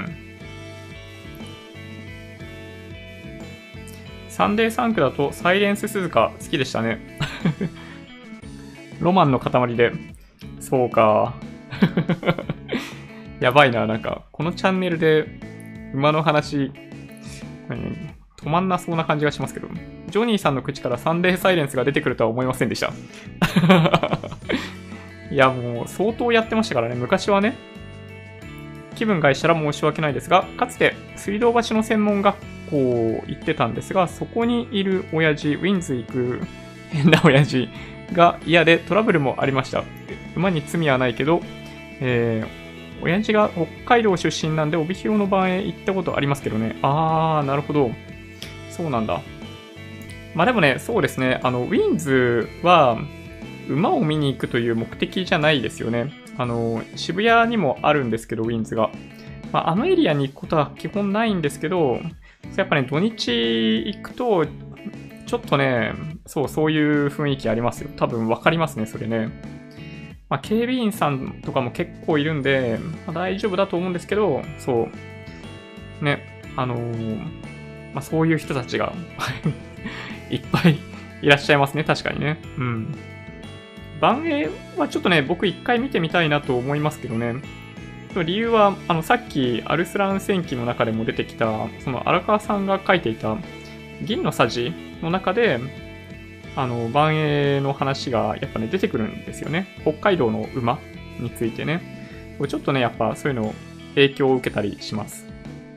サンデーサンクだとサイレンス鈴鹿好きでしたね。ロマンの塊で。そうか。やばいな、なんか、このチャンネルで馬の話、止まんなそうな感じがしますけど、ジョニーさんの口からサンデーサイレンスが出てくるとは思いませんでした。いや、もう相当やってましたからね、昔はね。気分害したら申し訳ないですが、かつて水道橋の専門学校行ってたんですが、そこにいる親父、ウィンズ行く変な親父が嫌でトラブルもありました。馬に罪はないけど、親父が北海道出身なんで帯広の番へ行ったことありますけどね。あー、なるほど。そうなんだ。まあでもね、そうですね。ウィンズは馬を見に行くという目的じゃないですよね。渋谷にもあるんですけど、ウィンズが。まあ、あのエリアに行くことは基本ないんですけど、やっぱね、土日行くと、ちょっとね、そういう雰囲気ありますよ。多分わかりますね、それね。まあ、警備員さんとかも結構いるんで、まあ、大丈夫だと思うんですけど、そう。ね、まあ、そういう人たちがいっぱいいらっしゃいますね、確かにね。うん。万栄はちょっとね、僕一回見てみたいなと思いますけどね。理由は、さっきアルスラン戦記の中でも出てきた、その荒川さんが書いていた銀のさじの中で、万栄の話がやっぱね、出てくるんですよね。北海道の馬についてね。ちょっとね、やっぱそういうの影響を受けたりします。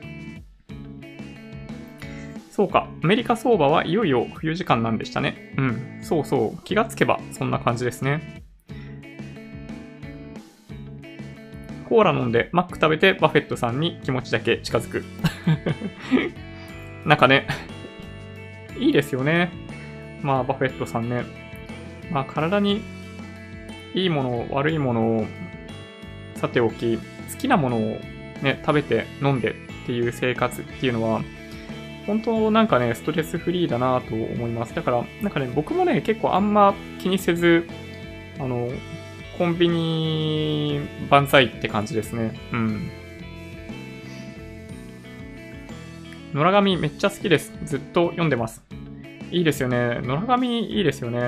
そうか、アメリカ相場はいよいよ冬時間なんでしたね。うん、そう、気がつけばそんな感じですね。コーラ飲んでマック食べてバフェットさんに気持ちだけ近づく。なんかね、いいですよね。まあ、バフェットさんね。まあ、体にいいもの、悪いものをさておき、好きなものをね、食べて飲んでっていう生活っていうのは、本当なんかね、ストレスフリーだなと思います。だから、なんかね、僕もね、結構あんま気にせず、コンビニ万歳って感じですね。うん。野良神めっちゃ好きです。ずっと読んでます。いいですよね。野良神いいですよね。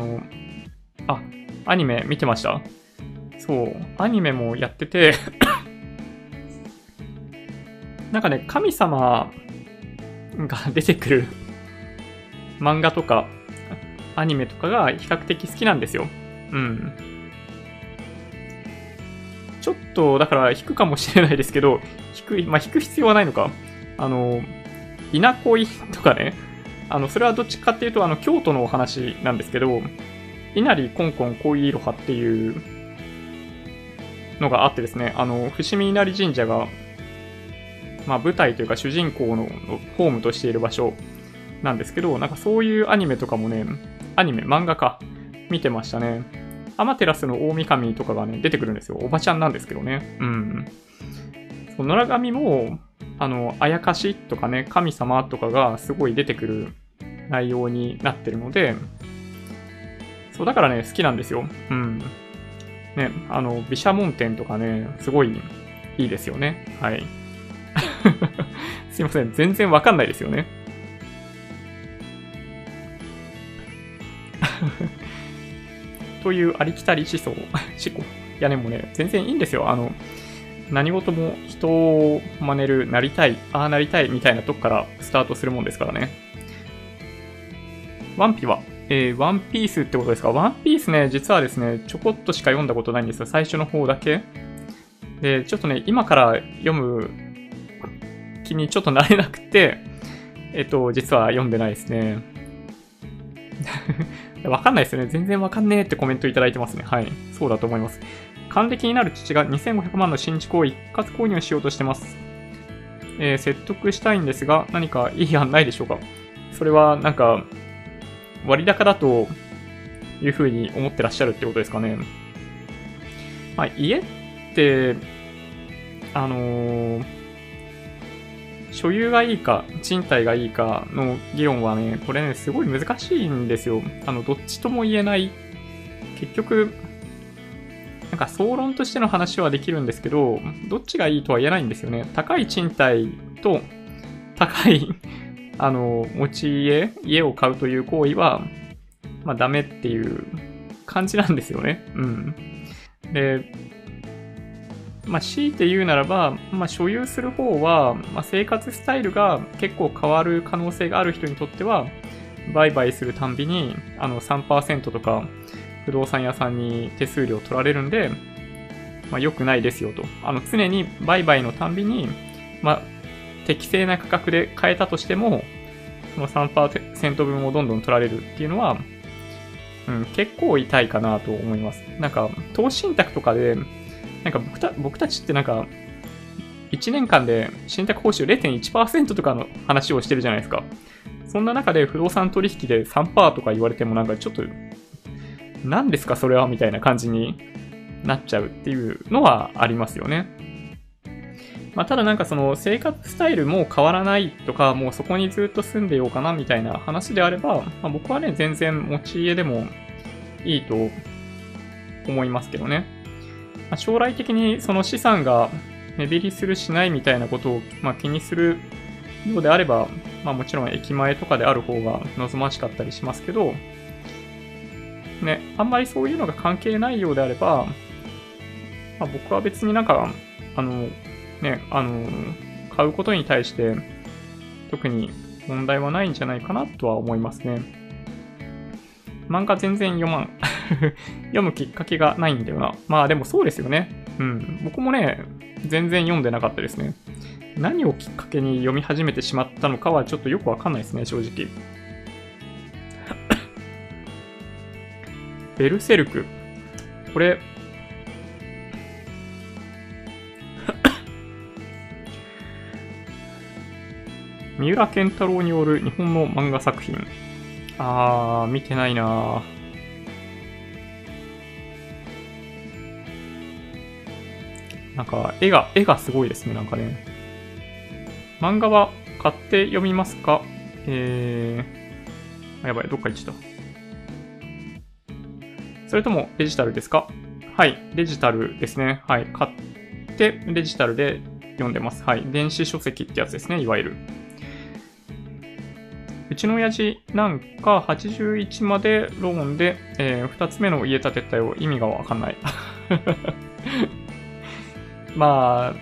アニメ見てました？そう、アニメもやっててなんかね、神様が出てくる漫画とかアニメとかが比較的好きなんですよ。うん。 ちょっと、だから引くかもしれないですけど、引く必要はないのか。稲恋とかね、それはどっちかっていうと、京都のお話なんですけど、稲荷こんこん恋いろはっていうのがあってですね、伏見稲荷神社が、まあ舞台というか主人公のホームとしている場所なんですけど、なんかそういうアニメとかもね、漫画か、見てましたね。アマテラスの大神とかがね、出てくるんですよ。おばちゃんなんですけどね。うん。野良神も、あやかしとかね、神様とかがすごい出てくる内容になってるので、そう、だからね、好きなんですよ。うん。ね、毘沙門天とかね、すごいいいですよね。はい。すいません、全然わかんないですよね。というありきたり思考。いやね、もうね、全然いいんですよ。何事も人を真似る、なりたい、ああなりたいみたいなとこからスタートするもんですからね。ワンピは、ワンピースってことですか？ワンピースね、実はですね、ちょこっとしか読んだことないんですよ。最初の方だけ。で、ちょっとね、今から読む気にちょっとなれなくて、実は読んでないですね。わかんないですよね。全然わかんねえってコメントいただいてますね。はい。そうだと思います。還暦になる父が2500万の新築を一括購入しようとしてます。説得したいんですが、何かいい案ないでしょうか？それは、なんか、割高だというふうに思ってらっしゃるってことですかね。まあ、家って、所有がいいか、賃貸がいいかの議論はね、これね、すごい難しいんですよ。どっちとも言えない。結局、なんか総論としての話はできるんですけど、どっちがいいとは言えないんですよね。高い賃貸と、高い持ち家を買うという行為は、まあダメっていう感じなんですよね。うん。で、まあ強いて言うならば、まあ所有する方は、まあ、生活スタイルが結構変わる可能性がある人にとっては、売買するたんびに、3% とか、不動産屋さんに手数料取られるんで、まあ良くないですよと。常に売買のたんびに、まあ、適正な価格で買えたとしても、その 3% 分をどんどん取られるっていうのは、結構痛いかなと思います。なんか、投資信託とかで、なんか僕たちってなんか、1年間で信託報酬 0.1% とかの話をしてるじゃないですか。そんな中で不動産取引で 3% とか言われてもなんかちょっと、何ですかそれはみたいな感じになっちゃうっていうのはありますよね。まあ、ただなんかその生活スタイルも変わらないとか、もうそこにずっと住んでようかなみたいな話であれば、まあ、僕はね、全然持ち家でもいいと思いますけどね。まあ、将来的にその資産が目減りするしないみたいなことを、まあ、気にするようであれば、まあもちろん駅前とかである方が望ましかったりしますけど、ね、あんまりそういうのが関係ないようであれば、まあ、僕は別になんか、買うことに対して特に問題はないんじゃないかなとは思いますね。漫画全然読まん。読むきっかけがないんだよな。まあでもそうですよね。うん。僕もね、全然読んでなかったですね。何をきっかけに読み始めてしまったのかはちょっとよくわかんないですね、正直。ベルセルク。これ、三浦健太郎による日本の漫画作品。見てないな。なんか、絵がすごいですね、なんかね。漫画は買って読みますか？やばい、どっか行っちゃった。それともデジタルですか？はい、デジタルですね。はい、買ってデジタルで読んでます。はい、電子書籍ってやつですね、いわゆる。うちの親父なんか81までローンで、2つ目の家建てたよ。意味がわかんない。ま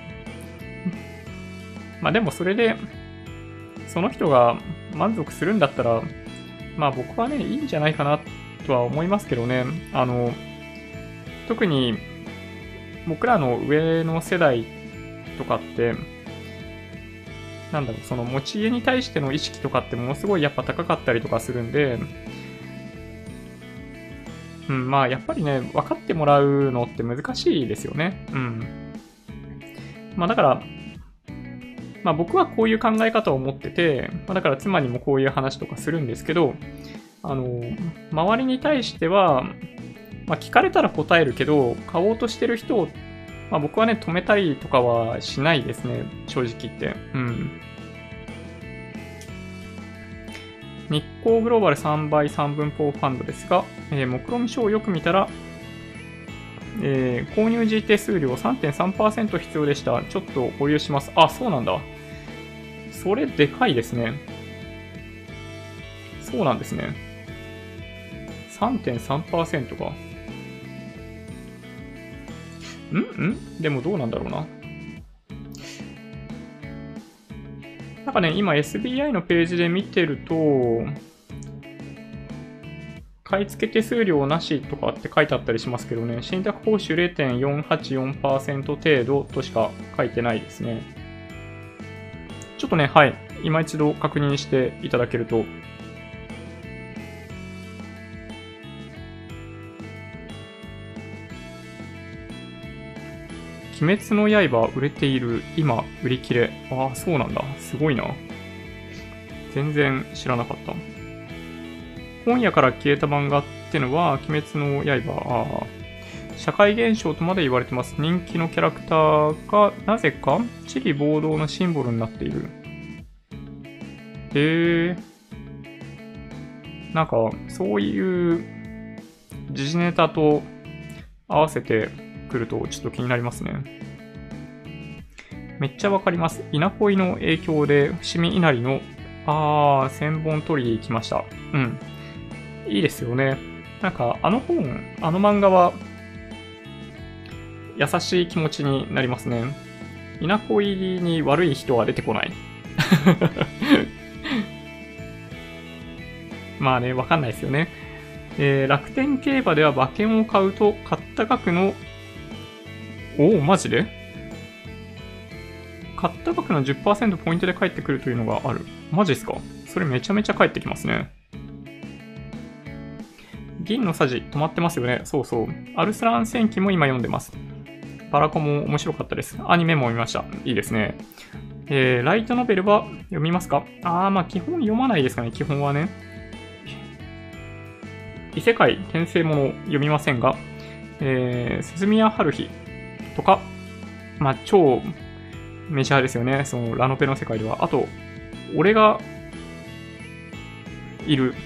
あでもそれで、その人が満足するんだったら、まあ僕はね、いいんじゃないかなとは思いますけどね。特に、 僕らの上の世代とかって、なんだろう、その持ち家に対しての意識とかってものすごいやっぱ高かったりとかするんで、まあやっぱりね、分かってもらうのって難しいですよね。まあだから、まあ僕はこういう考え方を持ってて、まあ、だから妻にもこういう話とかするんですけど、周りに対しては、まあ聞かれたら答えるけど、買おうとしてる人を、まあ僕はね、止めたりとかはしないですね、正直言って。日光グローバル3倍3分法ファンドですが、目論見書をよく見たら、購入時手数料 3.3% 必要でした。ちょっと保有します。あ、そうなんだ。それでかいですね。そうなんですね。3.3% か。でもどうなんだろうな。なんかね、今 SBI のページで見てると、買い付け手数料なしとかって書いてあったりしますけどね、信託報酬 0.484% 程度としか書いてないですね。ちょっとね、はい、今一度確認していただけると。鬼滅の刃売れている、今売り切れ。ああ、そうなんだ。すごいな。全然知らなかった。本屋から消えた漫画ってのは、鬼滅の刃、社会現象とまで言われてます。人気のキャラクターが、なぜか、地理暴動のシンボルになっている。へえ。なんか、そういう時事ネタと合わせてくると、ちょっと気になりますね。めっちゃわかります。稲恋の影響で、伏見稲荷の、千本取りで行きました。いいですよね。なんか、あの漫画は、優しい気持ちになりますね。稲恋に悪い人は出てこない。まあね、わかんないですよね。楽天競馬では馬券を買うと、買った額の、マジで買った額の 10% ポイントで返ってくるというのがある。マジっすか？それめちゃめちゃ返ってきますね。銀のさじ止まってますよね。そうそう。アルスラン戦記も今読んでます。パラコも面白かったです。アニメも見ました。いいですね。ライトノベルは読みますか？まあ基本読まないですかね。基本はね。異世界転生もの読みませんが、鈴宮春日とか、まあ超メジャーですよね。そのラノペの世界では。あと、俺がいる。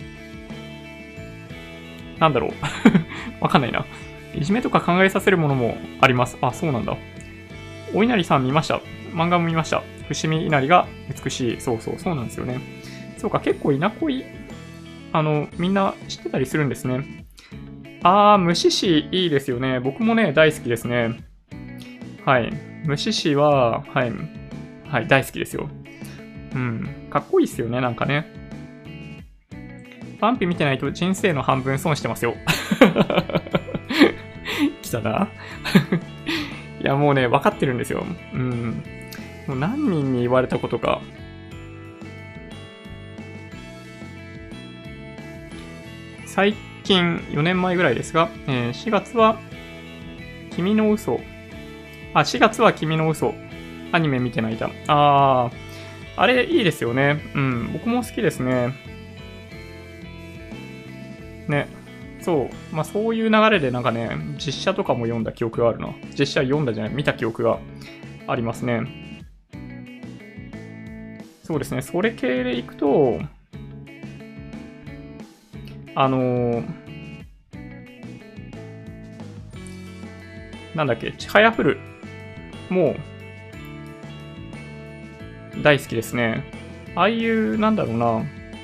なんだろう。わかんないな。いじめとか考えさせるものもあります。あ、そうなんだ。お稲荷さん見ました。漫画も見ました。伏見稲荷が美しい。そうなんですよね。そうか、結構稲恋、みんな知ってたりするんですね。虫師いいですよね。僕もね、大好きですね。はい。虫師は、はい、大好きですよ。かっこいいっすよね、なんかね。パンピ見てないと人生の半分損してますよ。来たな。いや、もうね、分かってるんですよ。もう何人に言われたことか。最近、4年前ぐらいですが、4月は、君の嘘。4月は君の嘘。アニメ見てないだ。あれいいですよね。僕も好きですね。ね。そう。まあそういう流れでなんかね、実写とかも読んだ記憶があるな。実写読んだじゃない、見た記憶がありますね。そうですね。それ系でいくと、なんだっけ、ちはやふる。もう、大好きですね。ああいう、なんだろうな。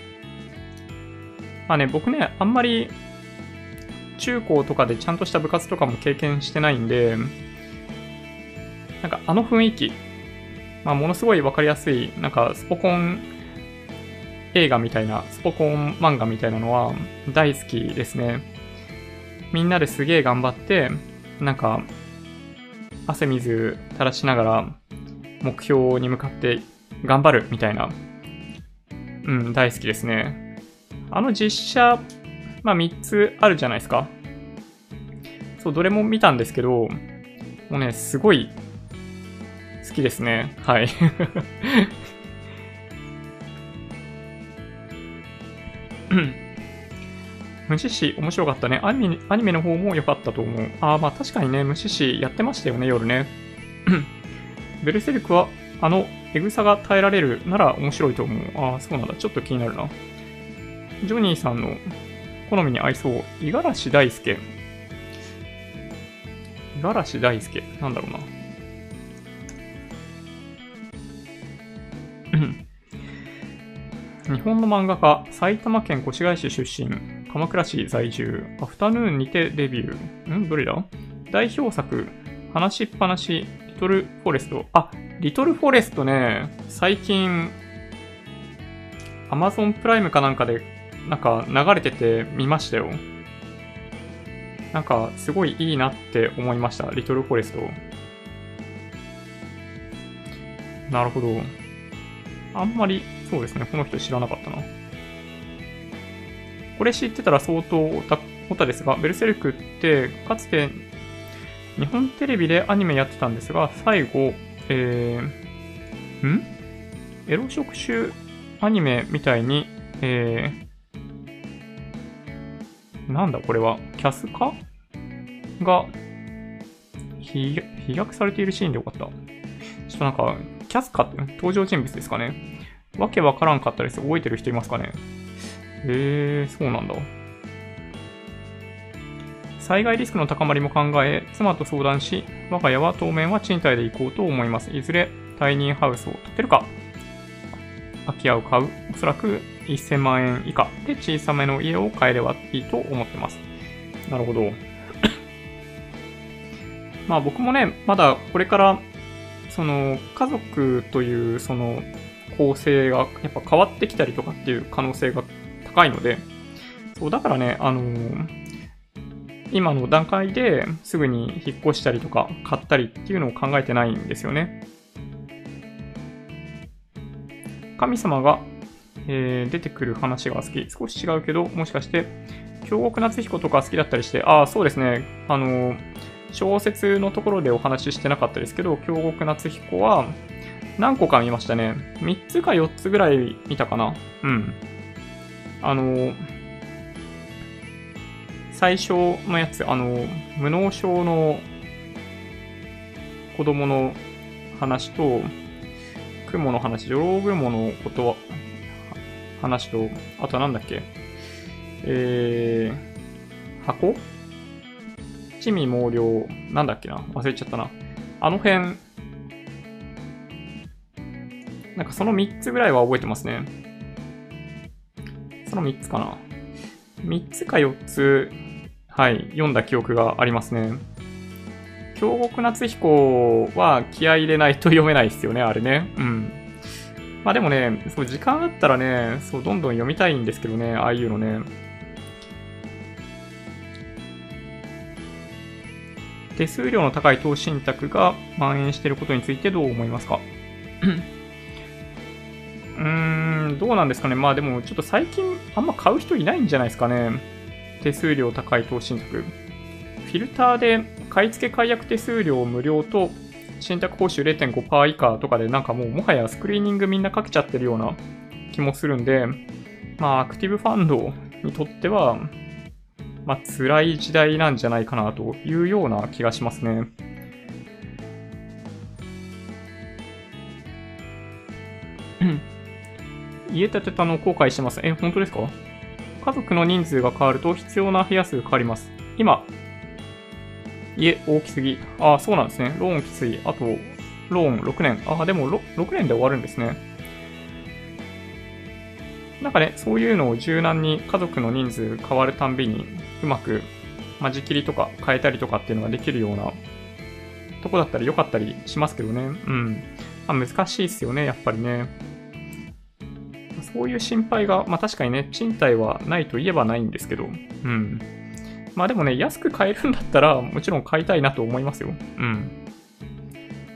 僕ね、あんまり、中高とかでちゃんとした部活とかも経験してないんで、なんかあの雰囲気、ものすごいわかりやすい、なんかスポコン映画みたいな、スポコン漫画みたいなのは大好きですね。みんなですげえ頑張って、なんか、 汗水垂らしながら目標に向かって頑張るみたいな、大好きですね。実写、3つあるじゃないですか。そう、どれも見たんですけど、もうね、すごい好きですね。はい。無視し面白かったね。アニメの方も良かったと思う。確かにね、無視しやってましたよね、夜ね。ベルセルクは、エグさが耐えられるなら面白いと思う。そうなんだ。ちょっと気になるな。ジョニーさんの好みに合いそう。五十嵐大輔。五十嵐大輔。なんだろうな。日本の漫画家、埼玉県越谷市出身、鎌倉市在住、アフタヌーンにてデビュー。どれだ？代表作、話しっぱなし、リトルフォレスト。リトルフォレストね、最近、Amazon プライムかなんかで、流れてて見ましたよ。すごいいいなって思いました、リトルフォレスト。なるほど。あんまり、そうですね、この人知らなかったな。これ知ってたら相当オタですが、ベルセルクってかつて日本テレビでアニメやってたんですが、最後、エロ触手アニメみたいに、なんだこれは、キャス化が飛躍されているシーンでよかった。ちょっとキャスカって登場人物ですかね。わけわからんかったです。覚えてる人いますかね。そうなんだ。災害リスクの高まりも考え、妻と相談し、我が家は当面は賃貸で行こうと思います。いずれタイニーハウスを建てるか、空き家を買う。おそらく1000万円以下で小さめの家を買えればいいと思ってます。なるほど。僕もね、まだこれから、家族という構成がやっぱ変わってきたりとかっていう可能性が高いので、そうだからね、今の段階ですぐに引っ越したりとか買ったりっていうのを考えてないんですよね。神様が、出てくる話が好き。少し違うけど、もしかして京極夏彦とか好きだったりして、そうですね。小説のところでお話ししてなかったですけど、京極夏彦は何個か見ましたね。3つか4つぐらい見たかな。最初のやつ、無脳症の子供の話と、雲の話、女郎雲の話と、あとはなんだっけ、箱七味毛量、なんだっけな、忘れちゃったな。あの辺、その3つぐらいは覚えてますね。その3つかな。3つか4つ、読んだ記憶がありますね。京極夏彦は気合い入れないと読めないですよね、あれね。でもね、そう、時間あったらね、そう、どんどん読みたいんですけどね、ああいうのね。手数料の高い投資信託が蔓延していることについてどう思いますか？どうなんですかね。でもちょっと最近あんま買う人いないんじゃないですかね。手数料高い投資信託。フィルターで買い付け解約手数料無料と信託報酬 0.5% 以下とかでもはやスクリーニングみんなかけちゃってるような気もするんで、アクティブファンドにとっては、辛い時代なんじゃないかなというような気がしますね。家建てたの後悔してます。本当ですか？家族の人数が変わると必要な部屋数が変わります。今、家大きすぎ。そうなんですね。ローンきつい。あと、ローン6年。でも6年で終わるんですね。そういうのを柔軟に家族の人数変わるたんびにうまく間仕切りとか変えたりとかっていうのができるようなとこだったら良かったりしますけどね。難しいですよね、やっぱりね。そういう心配が、確かにね、賃貸はないといえばないんですけど、でもね、安く買えるんだったら、もちろん買いたいなと思いますよ。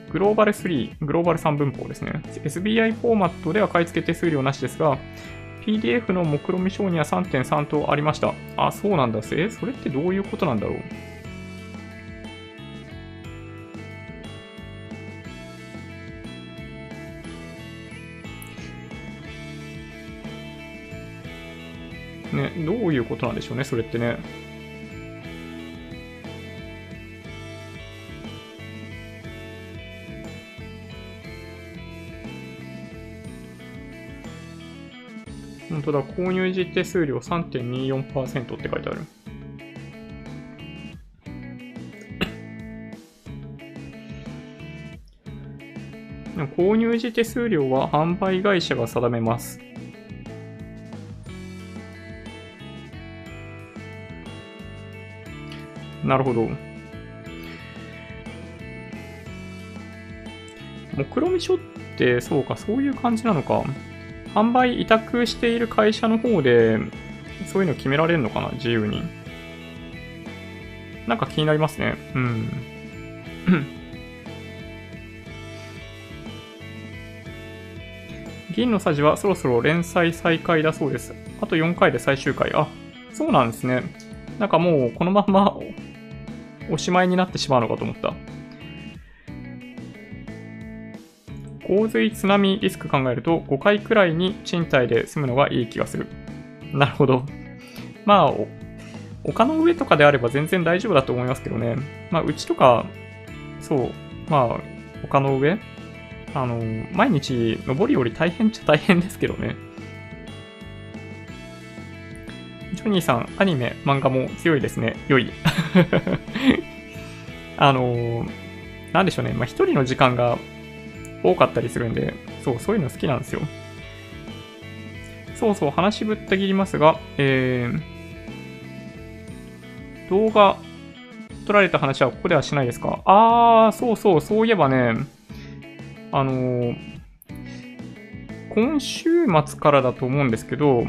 グローバル3、グローバル3分法ですね。SBI フォーマットでは買い付け手数料なしですが、PDF の目論見書には 3.3 とありました。あ、そうなんだ。それってどういうことなんだろう。ね、どういうことなんでしょうね、それってね。本当だ、購入時手数料 3.24% って書いてある。購入時手数料は販売会社が定めます。なるほど。目論見書って、そうか、そういう感じなのか。販売委託している会社の方で、そういうの決められるのかな、自由に。なんか気になりますね。うん。銀のさじはそろそろ連載再開だそうです。あと4回で最終回。あ、そうなんですね。なんかもうこのままおしまいになってしまうのかと思った。洪水津波リスク考えると5回くらいに賃貸で済むのがいい気がする。なるほど。まあ、丘の上とかであれば全然大丈夫だと思いますけどね。まあ、うちとか、そう、まあ、丘の上毎日登りより大変っちゃ大変ですけどね。ジョニーさん、アニメ、漫画も強いですね。良い。なんでしょうね。まあ、一人の時間が多かったりするんで、そういうの好きなんですよ。そう、話ぶった切りますが、動画撮られた話はここではしないですか？そういえばね、今週末からだと思うんですけど、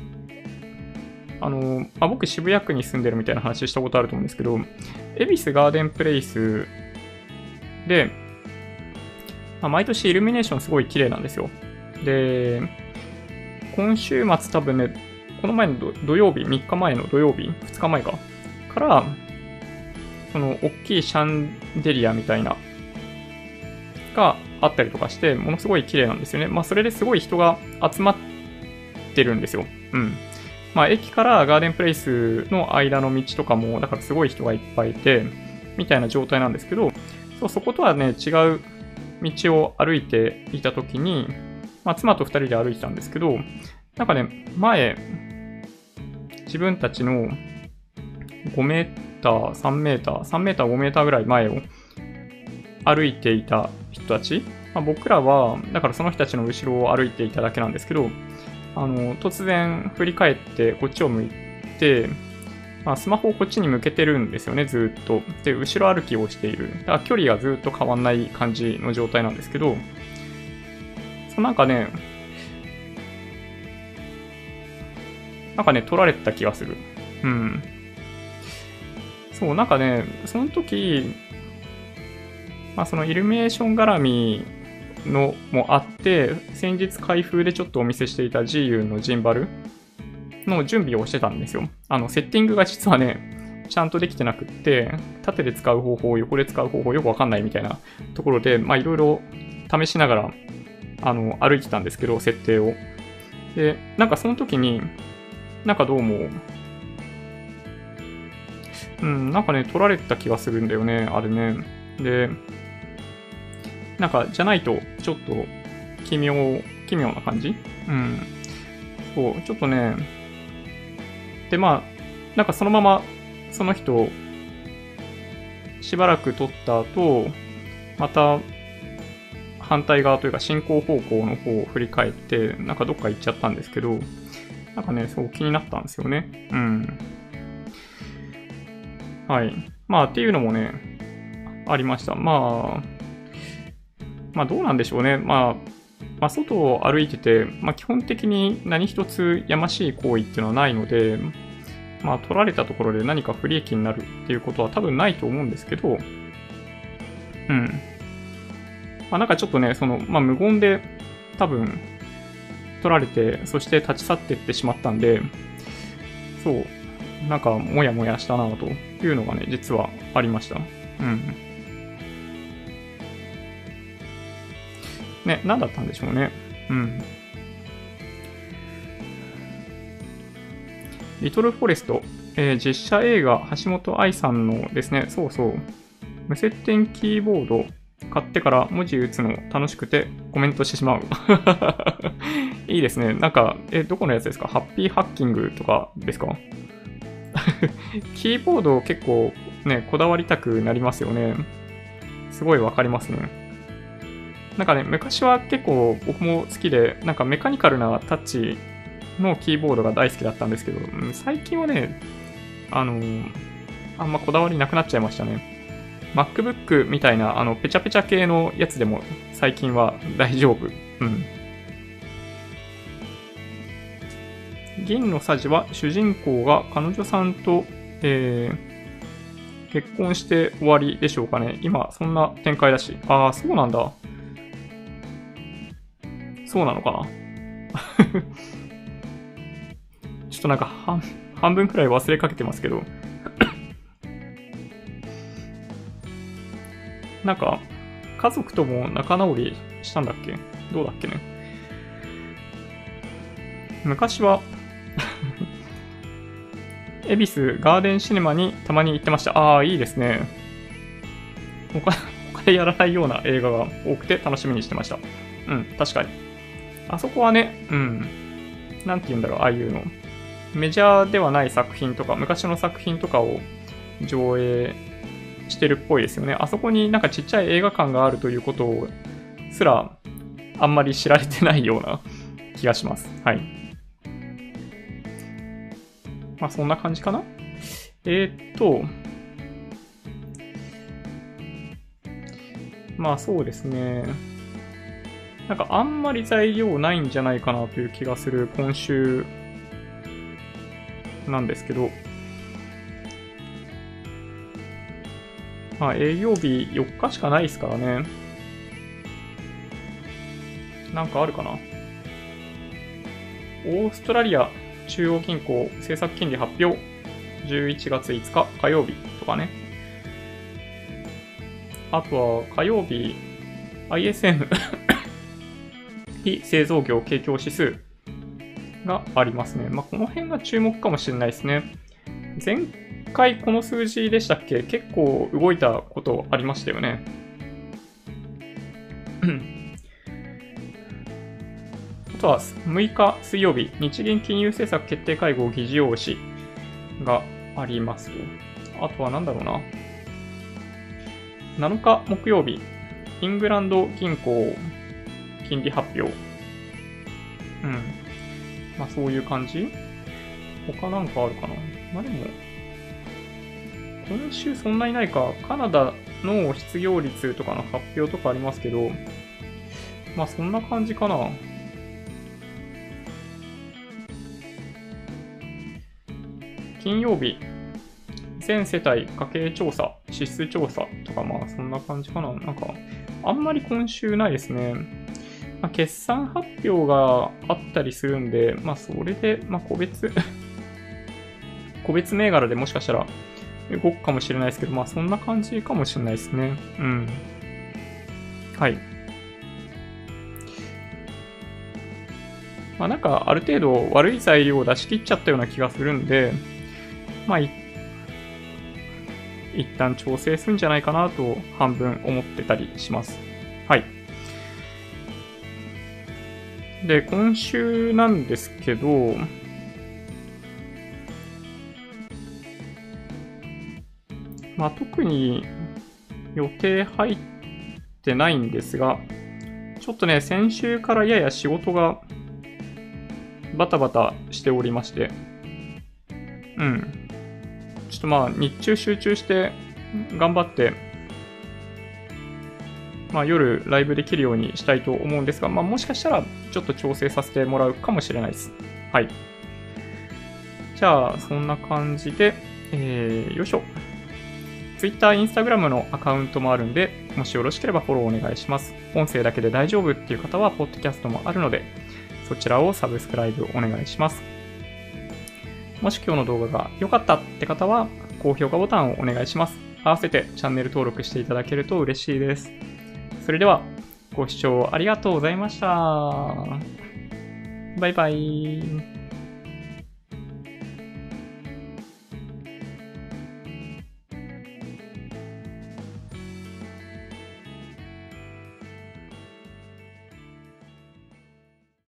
僕渋谷区に住んでるみたいな話したことあると思うんですけど、恵比寿ガーデンプレイスで、毎年イルミネーションすごい綺麗なんですよ。で、今週末多分ね、この前の土曜日、3日前の土曜日、2日前か、から、その大きいシャンデリアみたいな、があったりとかして、ものすごい綺麗なんですよね。まあ、それですごい人が集まってるんですよ。うん。まあ、駅からガーデンプレイスの間の道とかも、だからすごい人がいっぱいいて、みたいな状態なんですけど、そことはね、違う道を歩いていたときに、まあ、妻と2人で歩いてたんですけど、なんかね、前、自分たちの5メーター、3メーター、3メーター、5メーターぐらい前を歩いていた人たち、まあ、僕らは、だからその人たちの後ろを歩いていただけなんですけど、突然振り返ってこっちを向いて、まあ、スマホをこっちに向けてるんですよね、ずっと。で、後ろ歩きをしている。だから距離がずっと変わんない感じの状態なんですけど、なんかね、撮られてた気がする。うん。そう、なんかね、その時、まあ、そのイルミネーション絡みのもあって、先日開封でちょっとお見せしていた GU のジンバルの準備をしてたんですよ。セッティングが実はね、ちゃんとできてなくって、縦で使う方法、横で使う方法よくわかんないみたいなところで、まあいろいろ試しながら、歩いてたんですけど、設定を。で、なんかその時に、なんかどうも、なんかね、取られてた気がするんだよね、あれね。で、なんか、じゃないと、ちょっと、奇妙な感じ？そう、ちょっとね、で、まあ、なんかそのまま、その人、しばらく撮った後、また、反対側というか進行方向の方を振り返って、なんかどっか行っちゃったんですけど、なんかね、そう気になったんですよね。はい。まあ、っていうのもね、ありました。まあ、どうなんでしょうね。まあ、外を歩いてて、まあ、基本的に何一つやましい行為っていうのはないので、まあ、取られたところで何か不利益になるっていうことは多分ないと思うんですけど、 なんかちょっとね、無言で多分取られて、そして立ち去っていってしまったんで、そう、なんかもやもやしたなというのがね、実はありました。うん。ね、何だったんでしょうね。うん。リトルフォレスト、実写映画、橋本愛さんのですね、そうそう、無接点キーボード買ってから文字打つの楽しくてコメントしてしまう。いいですね。なんか、どこのやつですか？ハッピーハッキングとかですか？キーボード結構ね、こだわりたくなりますよね。すごいわかりますね。なんかね、昔は結構僕も好きで、なんかメカニカルなタッチのキーボードが大好きだったんですけど、最近はね、あんまこだわりなくなっちゃいましたね。MacBook みたいな、ペチャペチャ系のやつでも最近は大丈夫。うん。銀のさじは主人公が彼女さんと、結婚して終わりでしょうかね。今、そんな展開だし。ああ、そうなんだ。そうなのかな。ちょっとなんか半分くらい忘れかけてますけど。なんか、家族とも仲直りしたんだっけ？どうだっけね。昔は、恵比寿ガーデンシネマにたまに行ってました。ああ、いいですね。他でやらないような映画が多くて楽しみにしてました。うん、確かに。あそこはね、うん、なんて言うんだろう、ああいうの。メジャーではない作品とか、昔の作品とかを上映してるっぽいですよね。あそこになんかちっちゃい映画館があるということをすらあんまり知られてないような気がします。はい。まあそんな感じかな。まあそうですね。なんかあんまり材料ないんじゃないかなという気がする今週なんですけど、まあ営業日4日しかないですからね。なんかあるかな。オーストラリア中央銀行政策金利発表。11月5日火曜日とかね。あとは火曜日 ISM 非製造業景況指数がありますね。まあ、この辺が注目かもしれないですね。前回この数字でしたっけ？結構動いたことありましたよね。あとは6日水曜日、日銀金融政策決定会合議事要旨がありますと。あとはなんだろうな。7日木曜日、イングランド銀行金利発表。うん。まあそういう感じ？他なんかあるかな？まあでも、今週そんなにないか。カナダの失業率とかの発表とかありますけど、まあそんな感じかな。金曜日、全世帯家計調査、支出調査とか、まあそんな感じかな。なんか、あんまり今週ないですね。まあ、決算発表があったりするんで、まあそれで、まあ個別銘柄でもしかしたら動くかもしれないですけど、まあそんな感じかもしれないですね。うん。はい。まあなんかある程度悪い材料を出し切っちゃったような気がするんで、まあ一旦調整するんじゃないかなと半分思ってたりします。はい。で、今週なんですけど、まあ特に予定入ってないんですが、ちょっとね、先週からやや仕事がバタバタしておりまして、うん。ちょっとまあ日中集中して頑張って、まあ夜ライブできるようにしたいと思うんですが、まあもしかしたらちょっと調整させてもらうかもしれないです。はい。じゃあそんな感じで、よいしょ。 Twitter、Instagram のアカウントもあるんで、もしよろしければフォローお願いします。音声だけで大丈夫っていう方は、ポッドキャストもあるので、そちらをサブスクライブお願いします。もし今日の動画が良かったって方は、高評価ボタンをお願いします。合わせてチャンネル登録していただけると嬉しいです。それでは、ご視聴ありがとうございました。バイバイ。